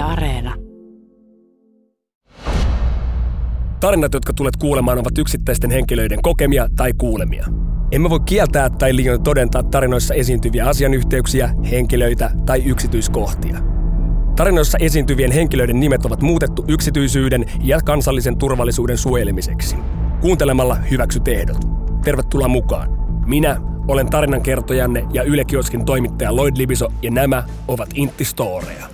Areena. Tarinat, jotka tulet kuulemaan, ovat yksittäisten henkilöiden kokemia tai kuulemia. Emme voi kieltää tai liioin todentaa tarinoissa esiintyviä asianyhteyksiä, henkilöitä tai yksityiskohtia. Tarinoissa esiintyvien henkilöiden nimet ovat muutettu yksityisyyden ja kansallisen turvallisuuden suojelemiseksi. Kuuntelemalla hyväksyt ehdot. Tervetuloa mukaan. Minä olen tarinankertojanne ja Yle Kioskin toimittaja Lloyd Libiso ja nämä ovat Intti Storeja.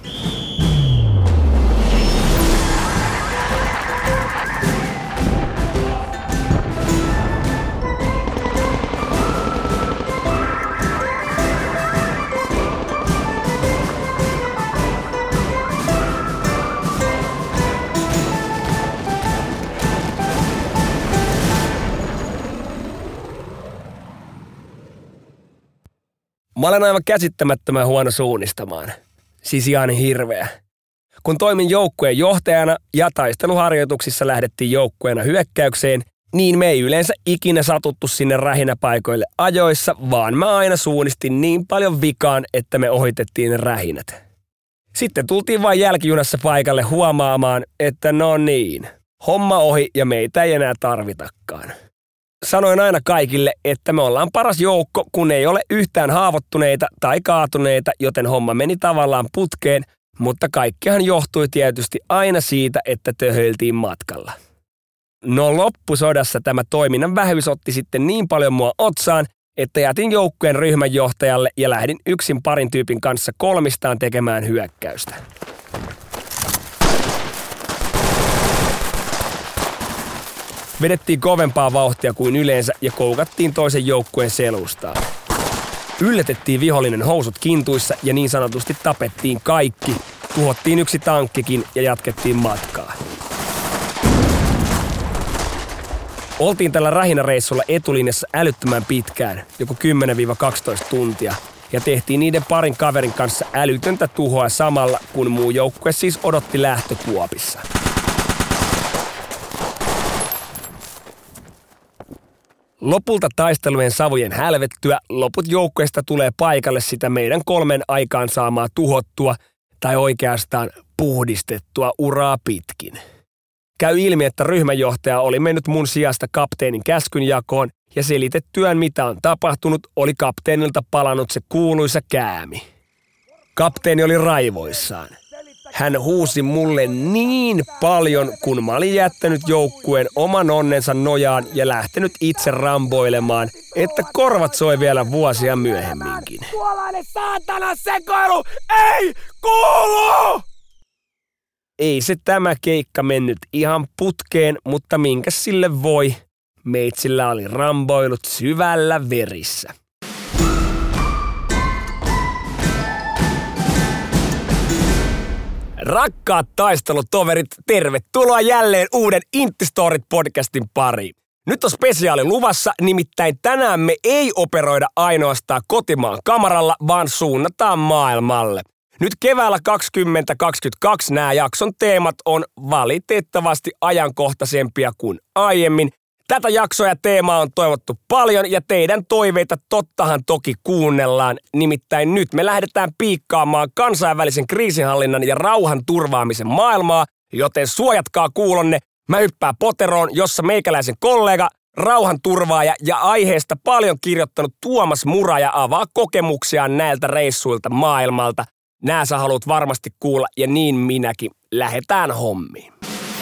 Mä olen aivan käsittämättömän huono suunnistamaan. Siis ihan hirveä. Kun toimin joukkueen johtajana ja taisteluharjoituksissa lähdettiin joukkueena hyökkäykseen, niin me ei yleensä ikinä satuttu sinne rähinäpaikoille ajoissa, vaan mä aina suunnistin niin paljon vikaan, että me ohitettiin ne rähinät. Sitten tultiin vain jälkijunassa paikalle huomaamaan, että no niin, homma ohi ja meitä ei enää tarvitakaan. Sanoin aina kaikille, että me ollaan paras joukko, kun ei ole yhtään haavoittuneita tai kaatuneita, joten homma meni tavallaan putkeen, mutta kaikkihan johtui tietysti aina siitä, että töhöiltiin matkalla. No loppusodassa tämä toiminnan vähyys otti sitten niin paljon mua otsaan, että jätin joukkueen ryhmänjohtajalle ja lähdin yksin parin tyypin kanssa kolmistaan tekemään hyökkäystä. Vedettiin kovempaa vauhtia kuin yleensä ja koukattiin toisen joukkueen selustaan. Yllätettiin vihollinen housut kintuissa ja niin sanotusti tapettiin kaikki. Tuhottiin yksi tankkikin ja jatkettiin matkaa. Oltiin tällä rähinäreissulla etulinjassa älyttömän pitkään, joku 10-12 tuntia, ja tehtiin niiden parin kaverin kanssa älytöntä tuhoa samalla, kun muu joukkue siis odotti lähtökuopissa. Lopulta taistelujen savujen hälvettyä loput joukkueesta tulee paikalle sitä meidän 3 aikaan saamaa tuhottua tai oikeastaan puhdistettua uraa pitkin. Käy ilmi, että ryhmänjohtaja oli mennyt mun sijasta kapteenin käskynjakoon ja selitettyään mitä on tapahtunut, oli kapteenilta palannut se kuuluisa käämi. Kapteeni oli raivoissaan. Hän huusi mulle niin paljon, kun mä olin jättänyt joukkueen oman onnensa nojaan ja lähtenyt itse ramboilemaan, että korvat soi vielä vuosia myöhemminkin. Tuollainen saatana sekoilu ei kuulu! Ei se tämä keikka mennyt ihan putkeen, mutta minkäs sille voi? Meitsillä oli ramboilut syvällä verissä. Rakkaat taistelutoverit, tervetuloa jälleen uuden Intti Storit podcastin pariin. Nyt on spesiaali luvassa, nimittäin tänään me ei operoida ainoastaan kotimaan kamaralla, vaan suunnataan maailmalle. Nyt keväällä 2022 nämä jakson teemat on valitettavasti ajankohtaisempia kuin aiemmin. Tätä jaksoa ja teemaa on toivottu paljon ja teidän toiveita tottahan toki kuunnellaan. Nimittäin nyt me lähdetään piikkaamaan kansainvälisen kriisinhallinnan ja rauhan turvaamisen maailmaa, joten suojatkaa kuulonne. Mä hyppään poteroon, jossa meikäläisen kollega, rauhanturvaaja ja aiheesta paljon kirjoittanut Tuomas Muraja avaa kokemuksiaan näiltä reissuilta maailmalta. Nää sä haluat varmasti kuulla ja niin minäkin. Lähetään hommiin.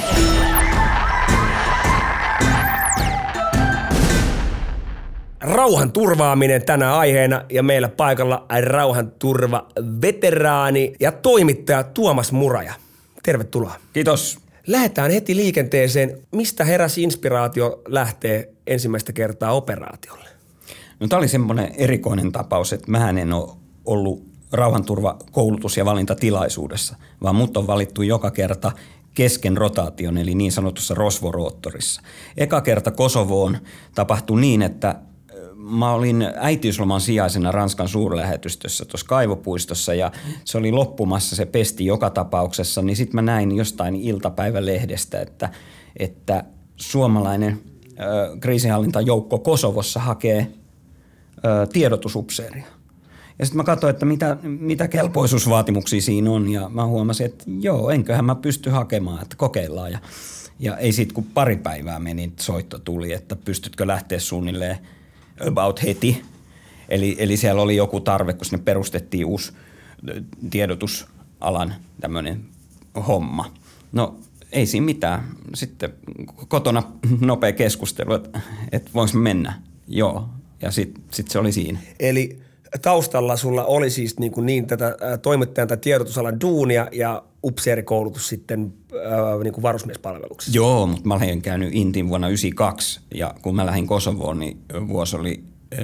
Rauhan turvaaminen tänä aiheena ja meillä paikalla rauhanturva-veteraani ja toimittaja Tuomas Muraja. Tervetuloa. Kiitos. Lähdetään heti liikenteeseen. Mistä heräsi inspiraatio lähtee ensimmäistä kertaa operaatiolle? No tämä oli semmoinen erikoinen tapaus, että mähän en ole ollut rauhanturvakoulutus- ja valintatilaisuudessa, vaan mut on valittu joka kerta kesken rotaation, eli niin sanotussa rosvoroottorissa. Eka kerta Kosovoon tapahtui niin, että mä olin äitiysloman sijaisena Ranskan suurlähetystössä tuossa Kaivopuistossa ja se oli loppumassa, se pesti joka tapauksessa, niin sitten mä näin jostain iltapäivälehdestä, että suomalainen kriisinhallintajoukko Kosovossa hakee tiedotusupseeria. Ja sitten mä katsoin, että mitä kelpoisuusvaatimuksia siinä on ja mä huomasin, että joo, enköhän mä pysty hakemaan, että kokeillaan. Ja ei siitä kun pari päivää meni, soitto tuli, että pystytkö lähteä suunnilleen about heti. Eli siellä oli joku tarve, kun sinne perustettiin uusi tiedotusalan tämmöinen homma. No ei siinä mitään. Sitten kotona nopea keskustelu, että voinko mennä. Joo, ja sit se oli siinä. Eli taustalla sulla oli siis niin tätä toimittajan tai tiedotusalan duunia ja upseerikoulutus sitten niin kuin varusmiespalveluksessa. Joo, mutta mä olen käynyt Intiin vuonna 1992 ja kun mä lähdin Kosovoon, niin vuosi oli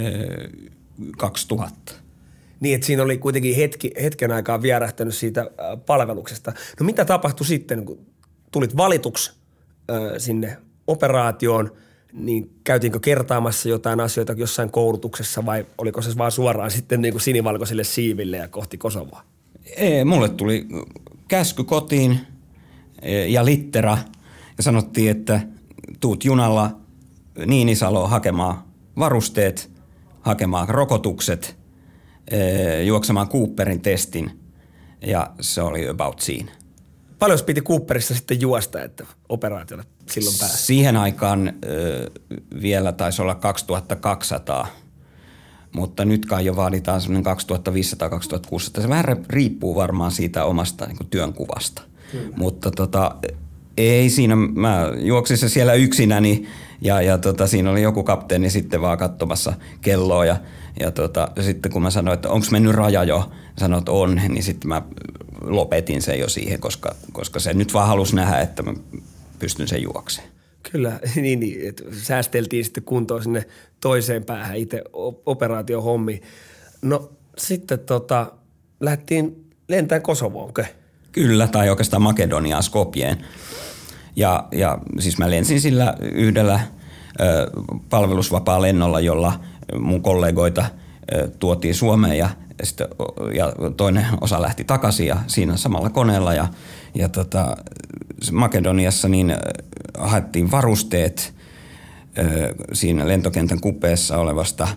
2000. Niin, että siinä oli kuitenkin hetken aikaa vierähtänyt siitä palveluksesta. No mitä tapahtui sitten, kun tulit valituksi sinne operaatioon, niin käytiinkö kertaamassa jotain asioita jossain koulutuksessa vai oliko se vaan suoraan sitten niin kuin sinivalkoisille siiville ja kohti Kosovoa? Ei, mulle tuli käsky kotiin ja littera ja sanottiin, että tuut junalla Niinisaloon hakemaan varusteet, hakemaan rokotukset, juoksemaan Cooperin testin ja se oli about siinä. Paljon piti Cooperissa sitten juosta, että operaatiolle silloin pääsi? Siihen aikaan vielä taisi olla 2200, mutta nyt kai jo vaaditaan semmoinen 2500-2600. Se vähän riippuu varmaan siitä omasta niin kuin työnkuvasta. Kyllä. Mutta ei siinä, mä juoksin se siellä yksinäni ja siinä oli joku kapteeni sitten vaan katsomassa kelloa ja sitten kun mä sanoin, että onko mennyt raja jo, sanoin, että on, niin sitten mä lopetin sen jo siihen, koska se nyt vaan halusi nähdä, että mä pystyn sen juokseen. Kyllä, niin että säästeltiin sitten kuntoon sinne toiseen päähän itse operaatiohommiin. No sitten lähdettiin lentämään Kosovoon, okei? Kyllä, tai oikeastaan Makedoniaan, Skopjeen. Ja siis mä lensin sillä yhdellä palvelusvapaa lennolla, jolla mun kollegoita tuotiin Suomeen ja toinen osa lähti takaisin ja siinä samalla koneella ja Makedoniassa niin haettiin varusteet siinä lentokentän kupeessa olevasta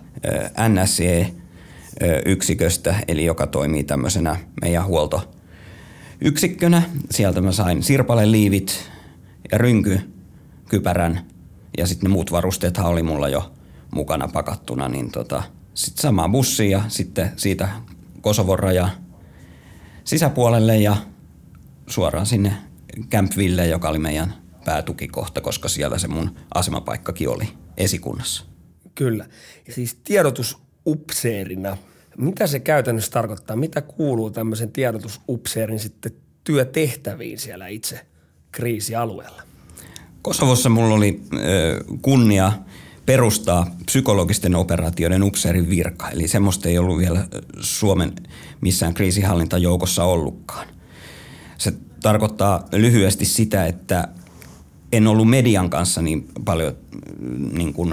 NSC-yksiköstä, eli joka toimii tämmöisenä meidän huoltoyksikkönä. Sieltä mä sain sirpaleliivit ja rynkykypärän ja sitten ne muut varusteethan oli mulla jo mukana pakattuna, niin sitten samaan bussiin ja sitten siitä Kosovon raja sisäpuolelle ja suoraan sinne Camp Ville, joka oli meidän päätukikohta, koska siellä se mun asemapaikkakin oli esikunnassa. Kyllä. Ja siis tiedotusupseerina, mitä se käytännössä tarkoittaa? Mitä kuuluu tämmöisen tiedotusupseerin sitten työtehtäviin siellä itse kriisialueella? Kosovossa mulla oli kunnia perustaa psykologisten operaatioiden upseerin virka. Eli semmoista ei ollut vielä Suomen missään kriisinhallintajoukossa ollutkaan. Se tarkoittaa lyhyesti sitä, että en ollut median kanssa niin paljon niin kuin,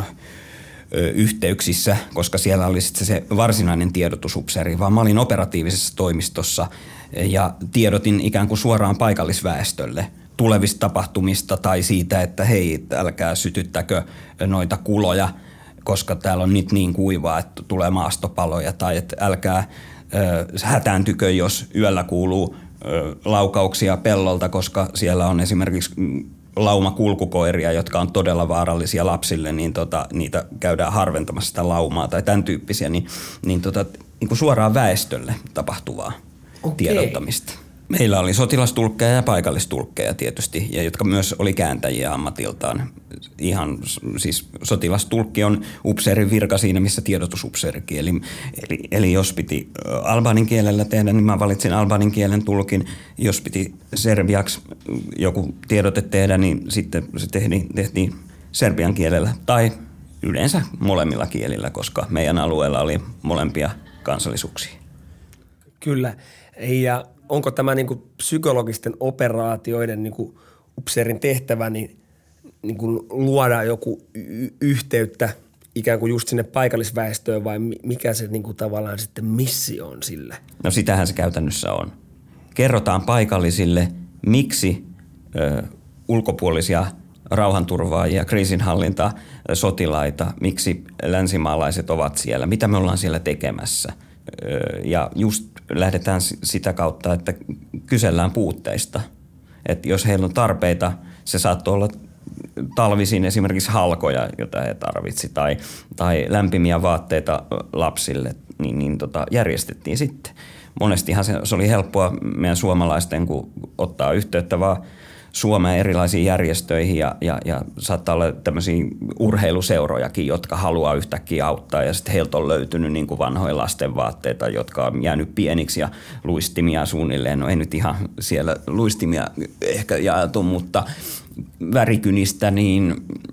yhteyksissä, koska siellä oli sitten se varsinainen tiedotusupseeri, vaan mä olin operatiivisessa toimistossa ja tiedotin ikään kuin suoraan paikallisväestölle tulevista tapahtumista tai siitä, että hei, älkää sytyttäkö noita kuloja, koska täällä on nyt niin kuivaa, että tulee maastopaloja tai että älkää hätääntykö, jos yöllä kuuluu laukauksia pellolta, koska siellä on esimerkiksi lauma kulkukoiria, jotka on todella vaarallisia lapsille, niin niitä käydään harventamassa sitä laumaa tai tämän tyyppisiä, niin kuin suoraan väestölle tapahtuvaa tiedottamista. Meillä oli sotilastulkkeja ja paikallistulkkeja tietysti, ja jotka myös oli kääntäjiä ammatiltaan. Ihan siis sotilastulkki on upseerin virka siinä, missä tiedotusupseerikin. Eli jos piti albanin kielellä tehdä, niin mä valitsin albanin kielen tulkin. Jos piti serbiaksi joku tiedote tehdä, niin sitten se tehtiin serbian kielellä tai yleensä molemmilla kielillä, koska meidän alueella oli molempia kansallisuuksia. Kyllä, ja onko tämä niin kuin psykologisten operaatioiden niin kuin upseerin tehtävä niin kuin luoda joku yhteyttä ikään kuin just sinne paikallisväestöön vai mikä se niin kuin tavallaan sitten missio on sille? No sitähän se käytännössä on. Kerrotaan paikallisille, miksi ulkopuolisia rauhanturvaajia, kriisinhallinta, sotilaita, miksi länsimaalaiset ovat siellä, mitä me ollaan siellä tekemässä. Ja just lähdetään sitä kautta, että kysellään puutteista. Että jos heillä on tarpeita, se saattoi olla talvisin esimerkiksi halkoja, joita he tarvitsi, tai lämpimiä vaatteita lapsille, niin järjestettiin sitten. Monestihan se oli helppoa meidän suomalaisten, kun ottaa yhteyttä vaan Suomeen erilaisiin järjestöihin ja saattaa olla tämmöisiä urheiluseurojakin, jotka haluaa yhtäkkiä auttaa ja sitten heiltä on löytynyt niin kuin vanhoja lastenvaatteita, jotka on jäänyt pieniksi ja luistimia suunnilleen. No ei nyt ihan siellä luistimia ehkä jaeltu, mutta värikynistä niin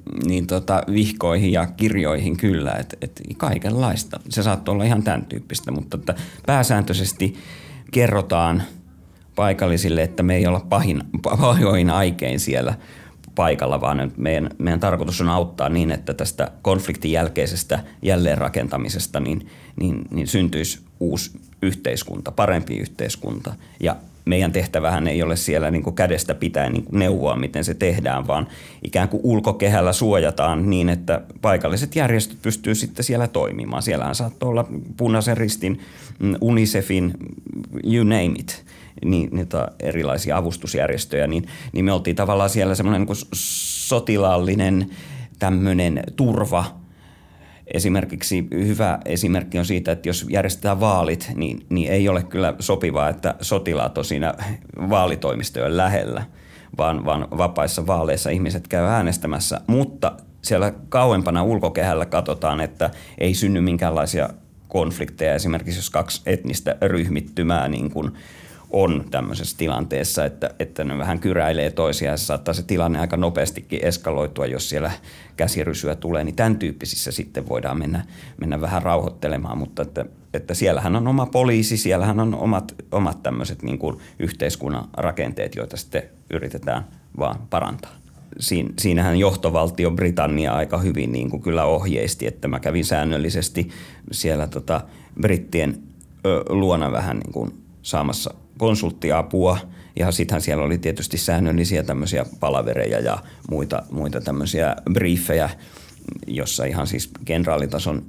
vihkoihin ja kirjoihin kyllä, että kaikenlaista. Se saattoi olla ihan tämän tyyppistä, mutta että pääsääntöisesti kerrotaan paikallisille, että me ei olla pahoin aikein siellä paikalla, vaan meidän tarkoitus on auttaa niin, että tästä konfliktin jälkeisestä jälleenrakentamisesta niin syntyisi uusi yhteiskunta, parempi yhteiskunta. Ja meidän tehtävähän ei ole siellä niin kuin kädestä pitäen niin kuin neuvoa, miten se tehdään, vaan ikään kuin ulkokehällä suojataan niin, että paikalliset järjestöt pystyy sitten siellä toimimaan. Siellähän saattoi olla Punaisen Ristin, UNICEFin, you name it, niitä erilaisia avustusjärjestöjä, niin me oltiin tavallaan siellä semmoinen niin kuin sotilaallinen tämmöinen turva. Esimerkiksi hyvä esimerkki on siitä, että jos järjestetään vaalit, niin ei ole kyllä sopivaa, että sotilaat on siinä vaalitoimistojen lähellä, vaan vapaissa vaaleissa ihmiset käy äänestämässä. Mutta siellä kauempana ulkokehällä katsotaan, että ei synny minkäänlaisia konflikteja. Esimerkiksi jos kaksi etnistä ryhmittymää niin kuin on tämmöisessä tilanteessa, että ne vähän kyräilee toisiaan, se saattaa se tilanne aika nopeastikin eskaloitua, jos siellä käsirysyä tulee, niin tämän tyyppisissä sitten voidaan mennä vähän rauhoittelemaan, mutta että siellähän on oma poliisi, siellähän on omat tämmöiset niin kuin yhteiskunnan rakenteet, joita sitten yritetään vaan parantaa. Siinähän johtovaltio Britannia aika hyvin niin kuin kyllä ohjeisti, että mä kävin säännöllisesti siellä brittien luona vähän niin kuin saamassa konsulttiapua, ja sittenhän siellä oli tietysti säännöllisiä tämmöisiä palavereja ja muita tämmöisiä briefejä, jossa ihan siis kenraalitason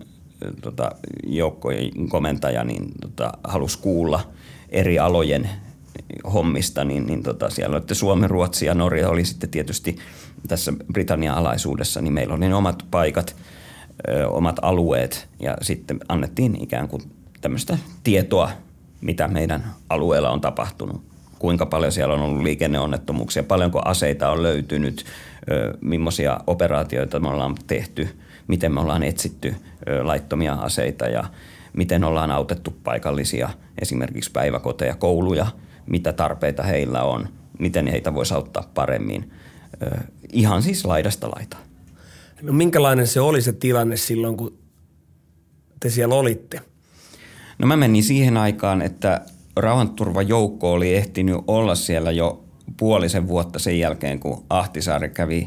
joukkojen komentaja niin halusi kuulla eri alojen hommista, niin siellä oli Suomi, Ruotsi ja Norja oli sitten tietysti tässä Britannian alaisuudessa, niin meillä oli ne omat paikat, omat alueet, ja sitten annettiin ikään kuin tämmöistä tietoa, mitä meidän alueella on tapahtunut, kuinka paljon siellä on ollut liikenneonnettomuuksia, paljonko aseita on löytynyt, millaisia operaatioita me ollaan tehty, miten me ollaan etsitty laittomia aseita ja miten ollaan autettu paikallisia, esimerkiksi päiväkoteja, kouluja, mitä tarpeita heillä on, miten heitä voisi auttaa paremmin, ihan siis laidasta laitaan. No minkälainen se oli se tilanne silloin, kun te siellä olitte? No mä menin siihen aikaan, että rauhanturvajoukko oli ehtinyt olla siellä jo puolisen vuotta sen jälkeen, kun Ahtisaari kävi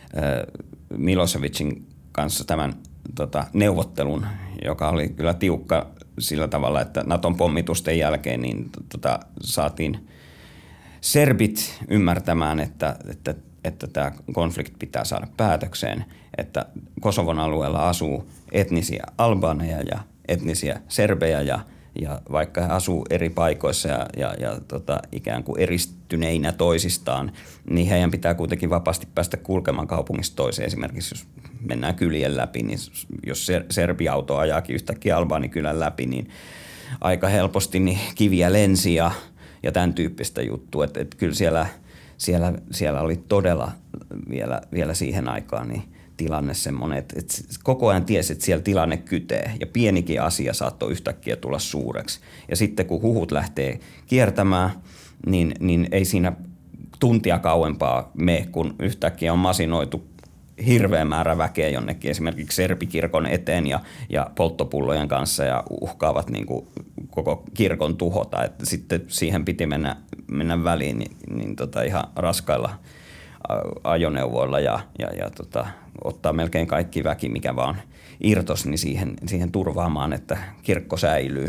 Milosevicin kanssa tämän neuvottelun, joka oli kyllä tiukka sillä tavalla, että Naton pommitusten jälkeen niin saatiin serbit ymmärtämään, että tämä konflikti pitää saada päätökseen, että Kosovon alueella asuu etnisiä albaaneja ja etnisiä serbejä ja vaikka he asuu eri paikoissa ja ikään kuin eristyneinä toisistaan, niin heidän pitää kuitenkin vapaasti päästä kulkemaan kaupungista toiseen. Esimerkiksi jos mennään kylien läpi, niin jos serbiauto ajaakin yhtäkkiä albaanikylän läpi, niin aika helposti niin kiviä lensi ja tämän tyyppistä juttua. Että kyllä siellä oli todella vielä siihen aikaan niin tilanne semmoinen, että koko ajan tiesi, että siellä tilanne kytee ja pienikin asia saattoi yhtäkkiä tulla suureksi. Ja sitten kun huhut lähtee kiertämään, niin ei siinä tuntia kauempaa kun yhtäkkiä on masinoitu hirveä määrä väkeä jonnekin esimerkiksi serbikirkon eteen ja polttopullojen kanssa ja uhkaavat niin kuin koko kirkon tuhota. Että sitten siihen piti mennä väliin niin ihan raskailla ajoneuvoilla ja ottaa melkein kaikki väki, mikä vaan irtos, niin siihen turvaamaan, että kirkko säilyy.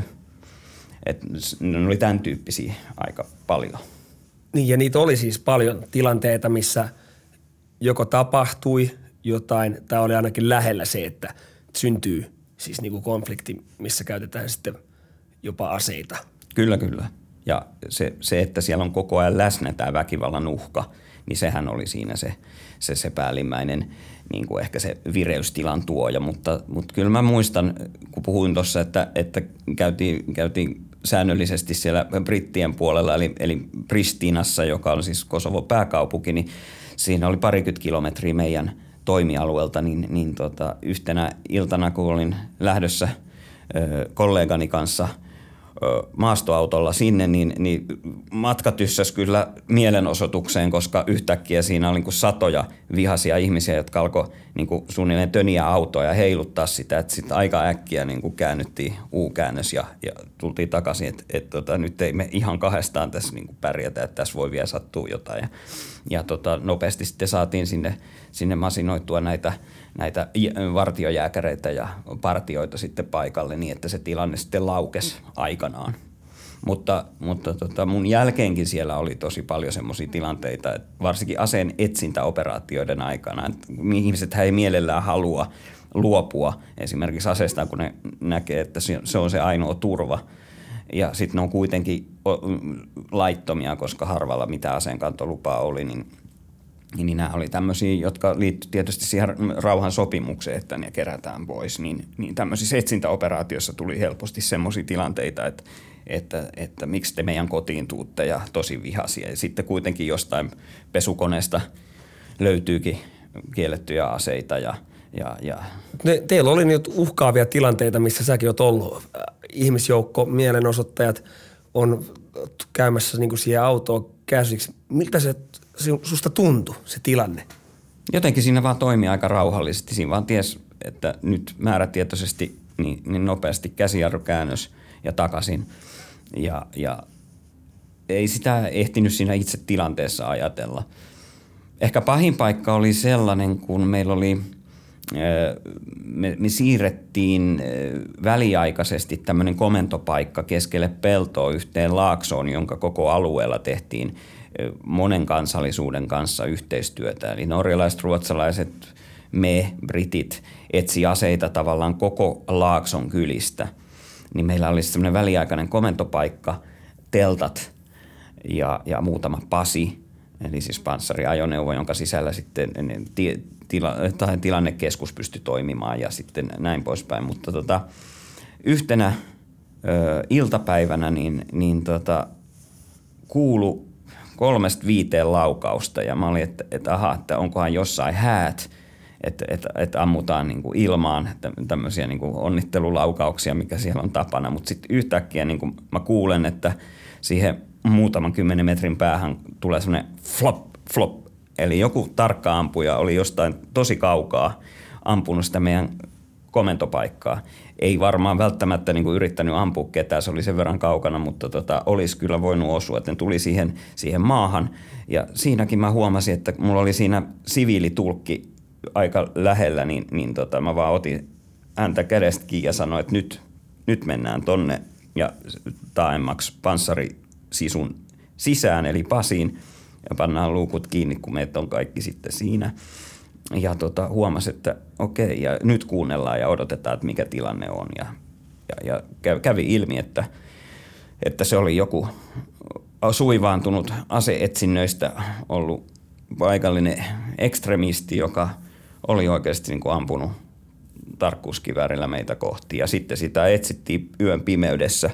Ne oli tämän tyyppisiä aika paljon. Niin, ja niitä oli siis paljon tilanteita, missä joko tapahtui jotain, tai oli ainakin lähellä se, että syntyy siis niin kuin konflikti, missä käytetään sitten jopa aseita. Kyllä. Ja se, että siellä on koko ajan läsnä tämä väkivallan uhka, niin sehän oli siinä se päällimmäinen niin kuin ehkä se vireystilan tuoja. Mutta kyllä mä muistan, kun puhuin tuossa, että käytiin säännöllisesti siellä brittien puolella, eli Pristinassa, joka on siis Kosovon pääkaupunki, niin siinä oli 20 kilometriä meidän toimialueelta, niin yhtenä iltana, kun olin lähdössä kollegani kanssa maastoautolla sinne, niin matka tyssäsi kyllä mielenosoitukseen, koska yhtäkkiä siinä oli niin kuin satoja vihaisia ihmisiä, jotka alkoi niin kuin suunnilleen töniä autoa ja heiluttaa sitä, että sitten aika äkkiä niin kuin käännyttiin U-käännös ja tultiin takaisin, että nyt ei me ihan kahdestaan tässä niin kuin pärjätä, että tässä voi vielä sattua jotain. Ja nopeasti sitten saatiin sinne masinoitua näitä vartiojääkäreitä ja partioita sitten paikalle niin, että se tilanne sitten laukesi aikanaan. Mutta mun jälkeenkin siellä oli tosi paljon semmoisia tilanteita, että varsinkin aseen etsintäoperaatioiden aikana, että ihmiset ei mielellään halua luopua esimerkiksi aseestaan, kun ne näkee, että se on se ainoa turva. Ja sitten ne on kuitenkin laittomia, koska harvalla mitä aseenkantolupaa oli, niin nämä oli tämmöisiä, jotka liittyivät tietysti siihen rauhan sopimukseen, että ne kerätään pois. Niin tämmöisissä etsintäoperaatioissa tuli helposti semmoisia tilanteita, että miksi te meidän kotiin tuutte ja tosi vihaisia. Ja sitten kuitenkin jostain pesukoneesta löytyykin kiellettyjä aseita ja Teillä oli nyt uhkaavia tilanteita, missä säkin oot ollut. Ihmisjoukko, mielenosoittajat on käymässä niin kuin siihen autoon käsiksi. Miltä se susta tuntui, se tilanne? Jotenkin siinä vaan toimii aika rauhallisesti. Siinä vaan ties, että nyt määrätietoisesti niin nopeasti käsijarrukäännös ja takaisin. Ja ei sitä ehtinyt siinä itse tilanteessa ajatella. Ehkä pahin paikka oli sellainen, kun meillä oli me siirrettiin väliaikaisesti tämmöinen komentopaikka keskelle peltoa yhteen laaksoon, jonka koko alueella tehtiin monen kansallisuuden kanssa yhteistyötä. Eli norjalaiset, ruotsalaiset, me, britit etsi aseita tavallaan koko laakson kylistä. Niin meillä oli semmoinen väliaikainen komentopaikka, teltat ja muutama pasi, eli siis panssariajoneuvo, jonka sisällä sitten tilannekeskus pystyi toimimaan ja sitten näin poispäin. Mutta yhtenä iltapäivänä kuului 3-5 laukausta ja mä olin, että onkohan jossain häät, että ammutaan niin kuin ilmaan tämmöisiä niin kuin onnittelulaukauksia, mikä siellä on tapana. Mutta sitten yhtäkkiä niin kuin mä kuulen, että siihen muutaman 10 metrin päähän tulee semmoinen flop. Eli joku tarkka ampuja oli jostain tosi kaukaa ampunut sitä meidän komentopaikkaa. Ei varmaan välttämättä niin kuin yrittänyt ampua ketään, se oli sen verran kaukana, mutta olisi kyllä voinut osua, että ne tuli siihen maahan. Ja siinäkin mä huomasin, että mulla oli siinä siviilitulkki aika lähellä, niin mä vaan otin häntä kädestä kiinni ja sanoin, että nyt mennään tonne ja taaemmaksi panssarisisun sisään, eli pasiin, ja pannaan luukut kiinni, kun meitä on kaikki sitten siinä. Ja huomasi, että okei, ja nyt kuunnellaan ja odotetaan, että mikä tilanne on. Ja kävi ilmi, että se oli joku suivaantunut aseetsinnöistä ollut paikallinen ekstremisti, joka oli oikeasti niin kuin ampunut tarkkuuskiväärillä meitä kohti. Ja sitten sitä etsittiin yön pimeydessä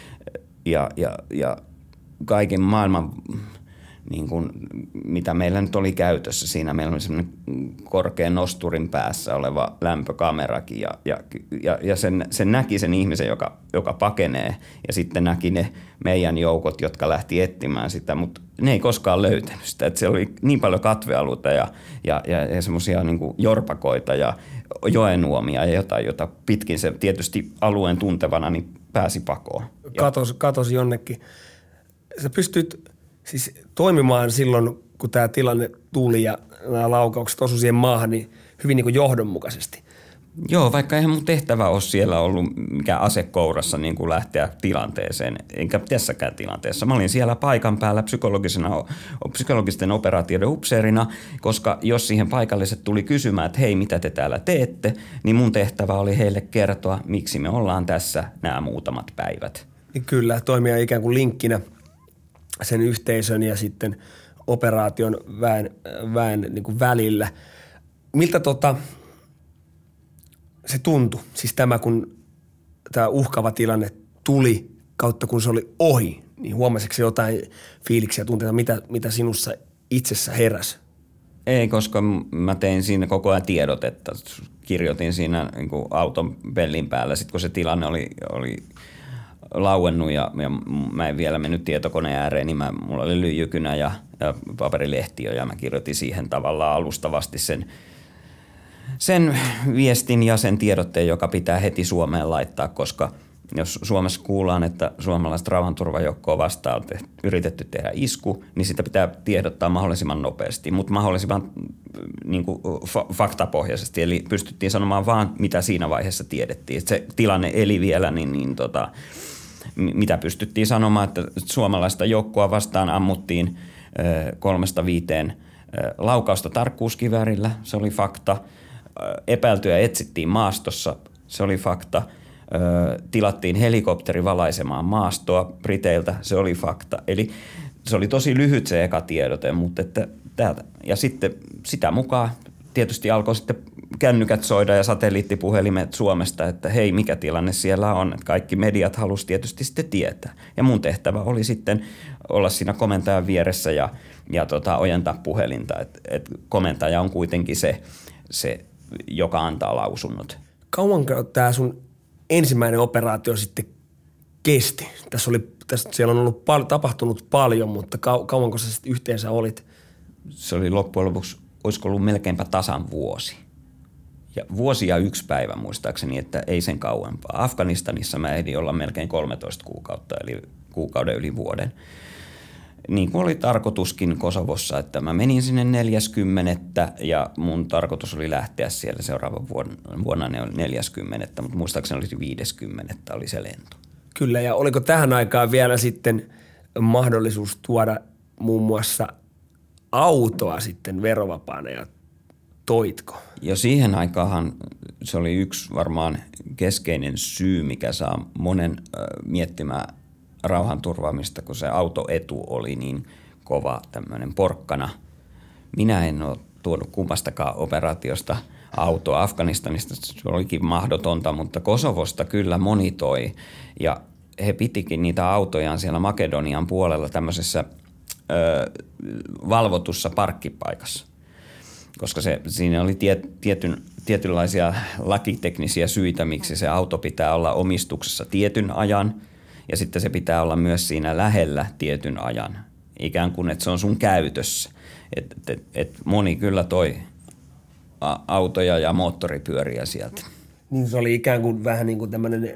ja kaiken maailman, niin kuin, mitä meillä nyt oli käytössä. Siinä meillä oli semmoinen korkean nosturin päässä oleva lämpökamerakin ja sen näki sen ihmisen, joka pakenee, ja sitten näki ne meidän joukot, jotka lähti etsimään sitä, mutta ne ei koskaan löytänyt sitä. Että siellä oli niin paljon katvealueita ja semmoisia niin kuin jorpakoita ja joenuomia ja jotain, jota pitkin se tietysti alueen tuntevana niin pääsi pakoon. Katosi jonnekin. Sä pystyt siis toimimaan silloin, kun tämä tilanne tuli ja nämä laukaukset osu siihen maahan, niin hyvin niin kuin johdonmukaisesti. Joo, vaikka eihän mun tehtävä ole siellä ollut mikään asekourassa niin kuin lähteä tilanteeseen, enkä tässäkään tilanteessa. Mä olin siellä paikan päällä psykologisten operaatioiden upseerina, koska jos siihen paikalliset tuli kysymään, että hei, mitä te täällä teette, niin mun tehtävä oli heille kertoa, miksi me ollaan tässä nämä muutamat päivät. Niin kyllä, toimia ikään kuin linkkinä sen yhteisön ja sitten operaation väen niin kuin välillä. Miltä se tuntui, siis kun tämä uhkaava tilanne tuli kautta kun se oli ohi, niin huomasitko se jotain fiiliksiä ja tunteita, mitä sinussa itsessä heräsi? Ei, koska mä tein siinä koko ajan tiedotetta. Kirjoitin siinä niin kuin auton pellin päällä. Sitten kun se tilanne oli lauennut ja mä en vielä mennyt tietokoneen ääreen, niin mulla oli lyijykynä ja paperilehti ja mä kirjoitin siihen tavallaan alustavasti sen viestin ja sen tiedotteen, joka pitää heti Suomeen laittaa, koska jos Suomessa kuullaan, että suomalaista rauhanturvajoukkoa vastaan on yritetty tehdä isku, niin sitä pitää tiedottaa mahdollisimman nopeasti, mutta mahdollisimman niin kuin faktapohjaisesti. Eli pystyttiin sanomaan vaan, mitä siinä vaiheessa tiedettiin. Että se tilanne eli vielä, mitä pystyttiin sanomaan, että suomalaista joukkoa vastaan ammuttiin 3-5 laukausta tarkkuuskiväärillä, se oli fakta. Epäiltyjä etsittiin maastossa, se oli fakta. Tilattiin helikopteri valaisemaan maastoa Briteiltä, se oli fakta. Eli se oli tosi lyhyt se eka tiedote, mutta että täältä. Ja sitten sitä mukaan tietysti alkoi sitten kännykät soida ja satelliittipuhelimet Suomesta, että hei, mikä tilanne siellä on. Että kaikki mediat halusi tietysti sitten tietää. Ja mun tehtävä oli sitten olla siinä komentajan vieressä ja ojentaa puhelinta. Että komentaja on kuitenkin se, joka antaa lausunnot. Kauanko tämä sun ensimmäinen operaatio sitten kesti? Siellä on ollut tapahtunut paljon, mutta kauanko sä sitten yhteensä olit? Se oli loppujen lopuksi, olisiko ollut melkeinpä tasan vuosi. Ja vuosi ja 1 päivä muistaakseni, että ei sen kauempaa. Afganistanissa mä ehdin olla melkein 13 kuukautta, eli kuukauden yli vuoden. Niin kuin oli tarkoituskin Kosovossa, että mä menin sinne 40. ja mun tarkoitus oli lähteä siellä seuraavan vuonna ne oli 40, mutta muistaakseni oli 50 oli se lento. Kyllä, ja oliko tähän aikaan vielä sitten mahdollisuus tuoda muun muassa autoa sitten verovapaana ja toitko? Jo siihen aikaan se oli yksi varmaan keskeinen syy, mikä saa monen miettimään rauhanturvaamista, kun se autoetu oli niin kova tämmöinen porkkana. Minä en ole tuonut kummastakaan operaatiosta autoa. Afganistanista se olikin mahdotonta, mutta Kosovosta kyllä moni toi. Ja he pitikin niitä autojaan siellä Makedonian puolella tämmöisessä valvotussa parkkipaikassa. Koska siinä oli tietynlaisia lakiteknisiä syitä, miksi se auto pitää olla omistuksessa tietyn ajan. Ja sitten se pitää olla myös siinä lähellä tietyn ajan, ikään kuin, että se on sun käytössä. Et moni kyllä toi autoja ja moottoripyöriä sieltä. Niin se oli ikään kuin vähän niin kuin tämmöinen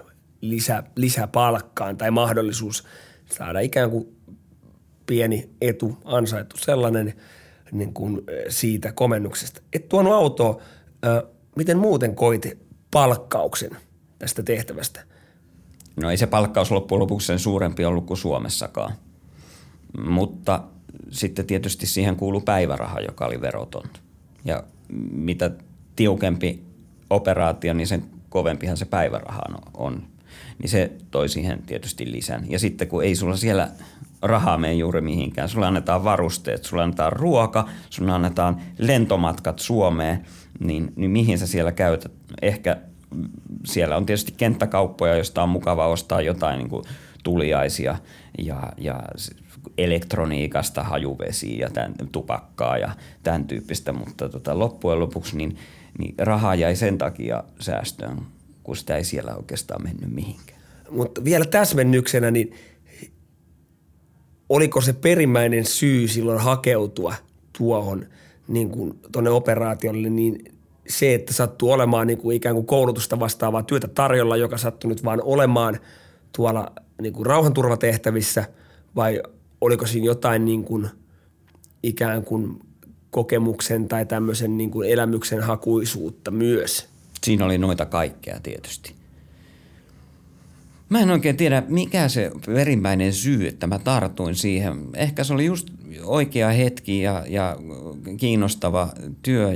lisäpalkkaan tai mahdollisuus saada ikään kuin pieni etu, ansaittu sellainen niin kuin siitä komennuksesta. Et tuonut autoa, miten muuten koit palkkauksen tästä tehtävästä? No ei se palkkaus loppujen lopuksi sen suurempi ollut kuin Suomessakaan, mutta sitten tietysti siihen kuului päiväraha, joka oli veroton. Ja mitä tiukempi operaatio, niin sen kovempihan se päiväraha on. Niin se toi siihen tietysti lisän. Ja sitten kun ei sulla siellä rahaa mene juuri mihinkään, sulla annetaan varusteet, sulla annetaan ruoka, sulla annetaan lentomatkat Suomeen, niin mihin sä siellä käytät? Ehkä siellä on tietysti kenttäkauppoja, joista on mukava ostaa jotain niin kuin tuliaisia ja elektroniikasta, hajuvesiä ja tupakkaa ja tämän tyyppistä, mutta loppujen lopuksi niin rahaa jäi sen takia säästöön, kun sitä ei siellä oikeastaan mennyt mihinkään. Mutta vielä täsmennyksenä, niin oliko se perimmäinen syy silloin hakeutua tuohon niin kuin tuonne operaatiolle, niin se, että sattuu olemaan niin kuin ikään kuin koulutusta vastaavaa työtä tarjolla, joka sattuu nyt vaan olemaan tuolla niin kuin rauhanturvatehtävissä, vai oliko siinä jotain niin kuin ikään kuin kokemuksen tai tämmöisen niin kuin elämyksen hakuisuutta myös? Siinä oli noita kaikkea tietysti. Mä en oikein tiedä, mikä se perimmäinen syy, että mä tartuin siihen. Ehkä se oli just oikea hetki ja kiinnostava työ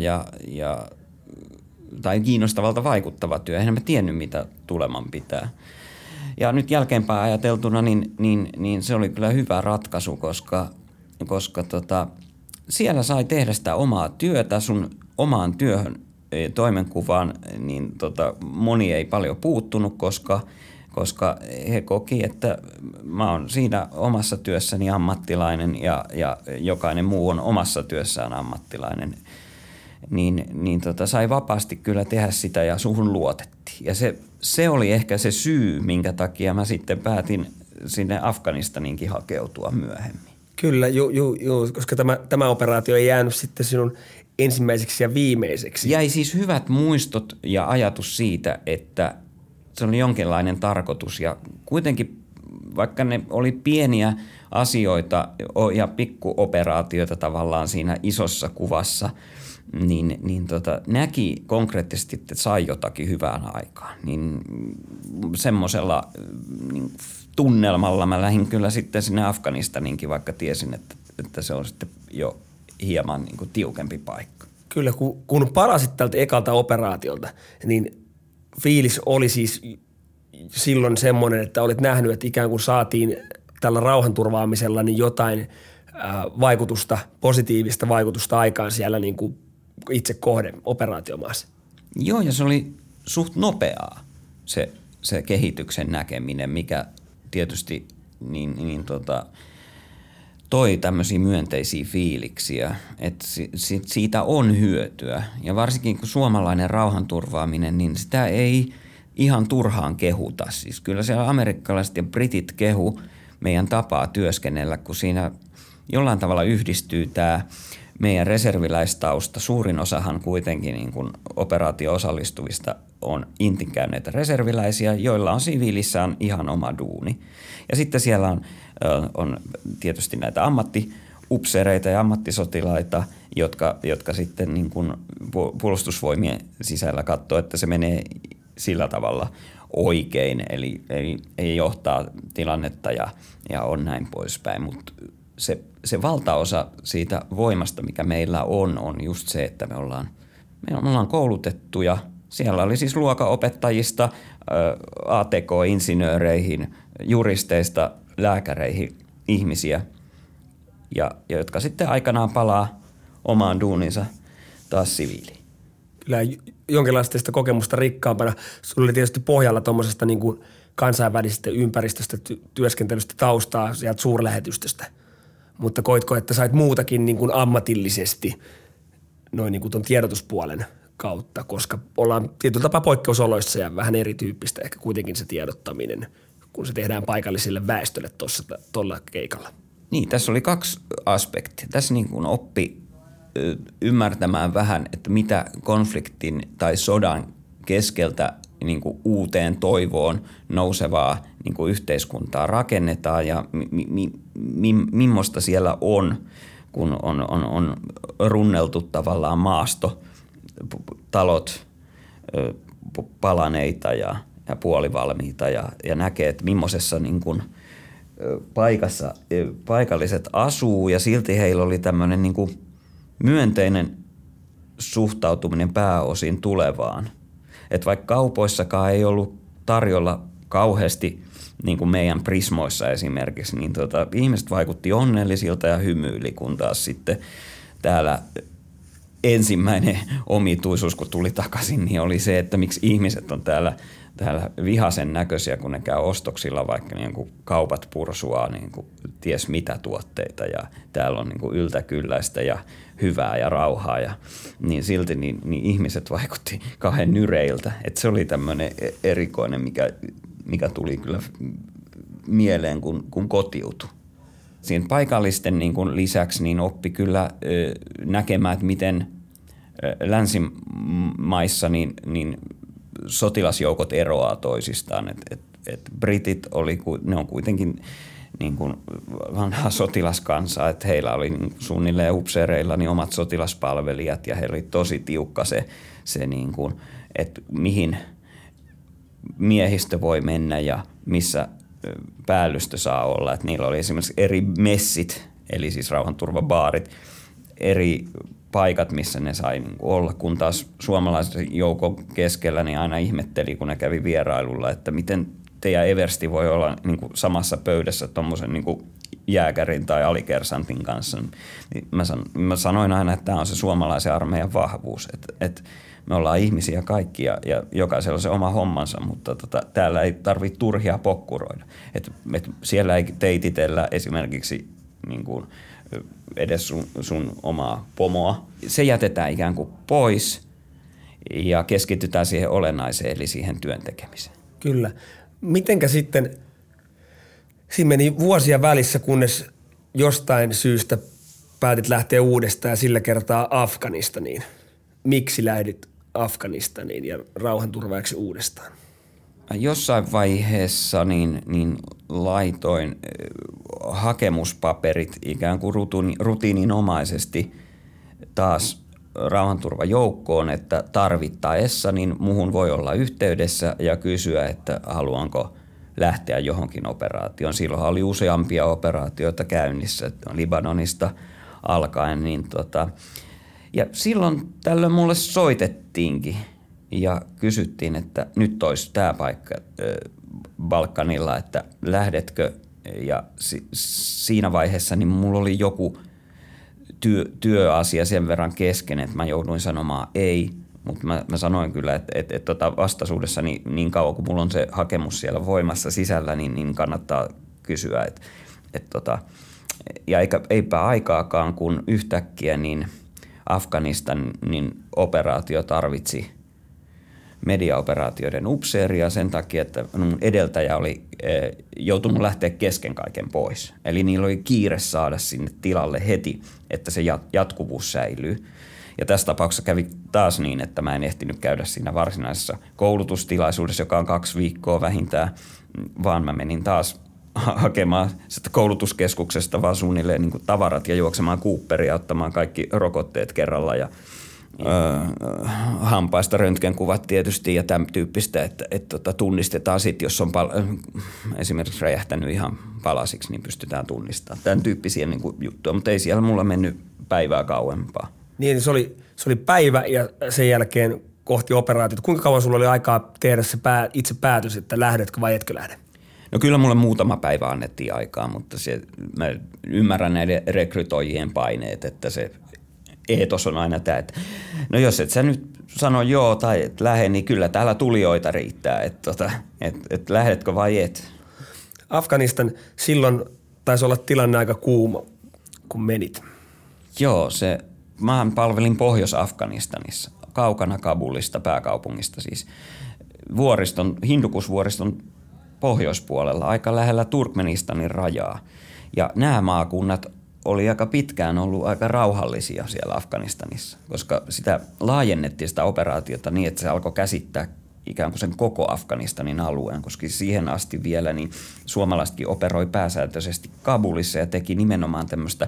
tai kiinnostavalta vaikuttava työ. Eihän mä tiennyt, mitä tuleman pitää. Ja nyt jälkeenpäin ajateltuna, niin se oli kyllä hyvä ratkaisu, koska siellä sai tehdä sitä omaa työtä sun omaan työhön toimenkuvaan, niin moni ei paljon puuttunut, koska he koki, että mä oon siinä omassa työssäni ammattilainen ja jokainen muu on omassa työssään ammattilainen. Sai vapaasti kyllä tehdä sitä ja suhun luotettiin. Ja se oli ehkä se syy, minkä takia mä sitten päätin sinne Afganistaniinkin hakeutua myöhemmin. Kyllä, koska tämä operaatio ei jäänyt sitten sinun ensimmäiseksi ja viimeiseksi. Jäi siis hyvät muistot ja ajatus siitä, että se oli jonkinlainen tarkoitus ja kuitenkin vaikka ne oli pieniä asioita ja pikkuoperaatioita tavallaan siinä isossa kuvassa, niin näki konkreettisesti, että sai jotakin hyvään aikaan. Niin semmoisella niin tunnelmalla mä lähdin kyllä sitten sinne Afganistaninkin, vaikka tiesin, että se on sitten jo hieman niin kuin tiukempi paikka. Kyllä, kun palasit tältä ekalta operaatiolta, niin fiilis oli siis silloin semmoinen, että olit nähnyt, että ikään kuin saatiin tällä rauhanturvaamisella niin jotain vaikutusta, positiivista vaikutusta aikaan siellä niin kuin itse kohde operaatiomaassa. Joo, ja se oli suht nopeaa se kehityksen näkeminen, mikä tietysti toi tämmöisiä myönteisiä fiiliksiä, että siitä on hyötyä. Ja varsinkin kun suomalainen rauhanturvaaminen, niin sitä ei ihan turhaan kehuta. Siis kyllä siellä amerikkalaiset ja britit kehu meidän tapaa työskennellä, kun siinä jollain tavalla yhdistyy tämä meidän reserviläistausta. Suurin osahan kuitenkin niin kuin operaatio-osallistuvista on intin käyneitä reserviläisiä, joilla on siviilissään ihan oma duuni. Ja sitten siellä on tietysti näitä ammattiupseereita ja ammattisotilaita, jotka sitten niin kuin puolustusvoimien sisällä katsoo, että se menee sillä tavalla oikein, eli johtaa tilannetta ja on näin poispäin, mutta se valtaosa siitä voimasta, mikä meillä on just se, että me ollaan koulutettuja. Siellä oli siis luokanopettajista ATK-insinööreihin, juristeista, lääkäreihin ihmisiä, ja jotka sitten aikanaan palaa omaan duuninsa taas siviiliin. Kyllä jonkinlaista sitä kokemusta rikkaampana. Sulla oli tietysti pohjalla tuommoisesta niin kuin kansainvälisestä ympäristöstä, työskentelystä, taustaa sieltä suurlähetystöstä. Mutta koitko, että sait muutakin niin kuin ammatillisesti noin niin kuin tuon tiedotuspuolen kautta, koska ollaan tietyllä tapaa poikkeusoloissa ja vähän erityyppistä ehkä kuitenkin se tiedottaminen, kun se tehdään paikallisille väestölle tuolla keikalla. Niin, tässä oli kaksi aspektia. Tässä niin kuin oppi ymmärtämään vähän, että mitä konfliktin tai sodan keskeltä niin kuin uuteen toivoon nousevaa niin kuin yhteiskuntaa rakennetaan ja millaista siellä on, kun on runneltu tavallaan maasto, talot palaneita ja puolivalmiita ja näkee, että millaisessa niin kuin paikassa paikalliset asuu ja silti heillä oli tämmöinen niin kuin myönteinen suhtautuminen pääosin tulevaan. Että vaikka kaupoissakaan ei ollut tarjolla kauheasti, niin kuin meidän Prismoissa esimerkiksi, niin ihmiset vaikutti onnellisilta ja hymyili, kun taas sitten täällä ensimmäinen omituisuus, kun tuli takaisin, niin oli se, että miksi ihmiset on täällä vihaisen näköisiä, kun ne käy ostoksilla, vaikka niin kuin kaupat pursuaa niin kuin ties mitä tuotteita ja täällä on niin kuin yltäkylläistä ja hyvää ja rauhaa ja niin silti niin ihmiset vaikutti kauhean nyreiltä. Että se oli tämmöinen erikoinen, mikä tuli kyllä mieleen, kun kotiutui. Siinä paikallisten niin kuin lisäksi niin oppi kyllä näkemään, että miten länsimaissa niin sotilasjoukot eroaa toisistaan. Et britit ne on kuitenkin niin kuin vanha sotilaskansa, että heillä oli niin suunnilleen upseereilla niin omat sotilaspalvelijat ja heillä oli tosi tiukka se niin kuin, että mihin miehistö voi mennä ja missä päällystö saa olla. Että niillä oli esimerkiksi eri messit, eli siis rauhanturvabaarit, eri paikat, missä ne sai niin kuin olla, kun taas suomalaisen joukon keskellä niin aina ihmetteli, kun ne kävi vierailulla, että miten Te ja eversti voi olla niin kuin samassa pöydässä tuommoisen niin kuin jääkärin tai alikersantin kanssa. Niin mä sanoin aina, että tämä on se suomalaisen armeijan vahvuus, että me ollaan ihmisiä kaikki ja jokaisella on se oma hommansa, mutta täällä ei tarvitse turhia pokkuroida. Et siellä ei teititellä esimerkiksi niin kuin edes sun omaa pomoa. Se jätetään ikään kuin pois ja keskitytään siihen olennaiseen, eli siihen työn tekemiseen. Kyllä. Mitenkä sitten, siinä meni vuosia välissä, kunnes jostain syystä päätit lähteä uudestaan ja sillä kertaa Afganistaniin. Miksi lähdit Afganistaniin ja rauhanturvaajaksi uudestaan? Jossain vaiheessa niin laitoin hakemuspaperit ikään kuin rutiininomaisesti taas rauhanturvajoukkoon, että tarvittaessa niin muhun voi olla yhteydessä ja kysyä, että haluanko lähteä johonkin operaatioon. Silloin oli useampia operaatioita käynnissä Libanonista alkaen. Ja silloin tällöin mulle soitettiinkin ja kysyttiin, että nyt olisi tämä paikka Balkanilla, että lähdetkö. Ja siinä vaiheessa niin mulla oli joku työasia sen verran kesken, että mä jouduin sanomaan ei, mutta mä sanoin kyllä, että vastaisuudessa niin kauan kun mulla on se hakemus siellä voimassa sisällä, niin kannattaa kysyä. Ja eipä aikaakaan, kun yhtäkkiä niin Afganistanin operaatio tarvitsi mediaoperaatioiden upseeria sen takia, että mun edeltäjä oli joutunut lähteä kesken kaiken pois. Eli niillä oli kiire saada sinne tilalle heti, että se jatkuvuus säilyy. Ja tässä tapauksessa kävi taas niin, että mä en ehtinyt käydä siinä varsinaisessa koulutustilaisuudessa, joka on 2 viikkoa vähintään, vaan mä menin taas hakemaan sitä koulutuskeskuksesta vaan suunnilleen niin kuin tavarat ja juoksemaan Cooperia, ottamaan kaikki rokotteet kerralla ja hampaista röntgenkuvat tietysti ja tämän tyyppistä, että tunnistetaan sitten, jos on esimerkiksi räjähtänyt ihan palasiksi, niin pystytään tunnistamaan. Tämän tyyppisiä niin kuin juttuja, mutta ei siellä mulla mennyt päivää kauempaa. Niin, se oli päivä ja sen jälkeen kohti operaatiota. Kuinka kauan sulla oli aikaa tehdä se itse päätös, että lähdetkö vai etkö lähde? No kyllä mulle muutama päivä annettiin aikaa, mutta mä ymmärrän näiden rekrytoijien paineet, että se eetos on aina tämä, että no jos et sä nyt sano joo tai et lähde, niin kyllä täällä tulijoita riittää, että lähdetkö vai et. Afganistan silloin taisi olla tilanne aika kuuma, kun menit. Joo, mä palvelin Pohjois-Afganistanissa, kaukana Kabulista, pääkaupungista siis, Hindukusvuoriston pohjoispuolella, aika lähellä Turkmenistanin rajaa. Ja nämä maakunnat oli aika pitkään ollut aika rauhallisia siellä Afganistanissa, koska sitä laajennettiin sitä operaatiota niin, että se alkoi käsittää ikään kuin sen koko Afganistanin alueen, koska siihen asti vielä niin suomalaisetkin operoi pääsääntöisesti Kabulissa ja teki nimenomaan tämmöistä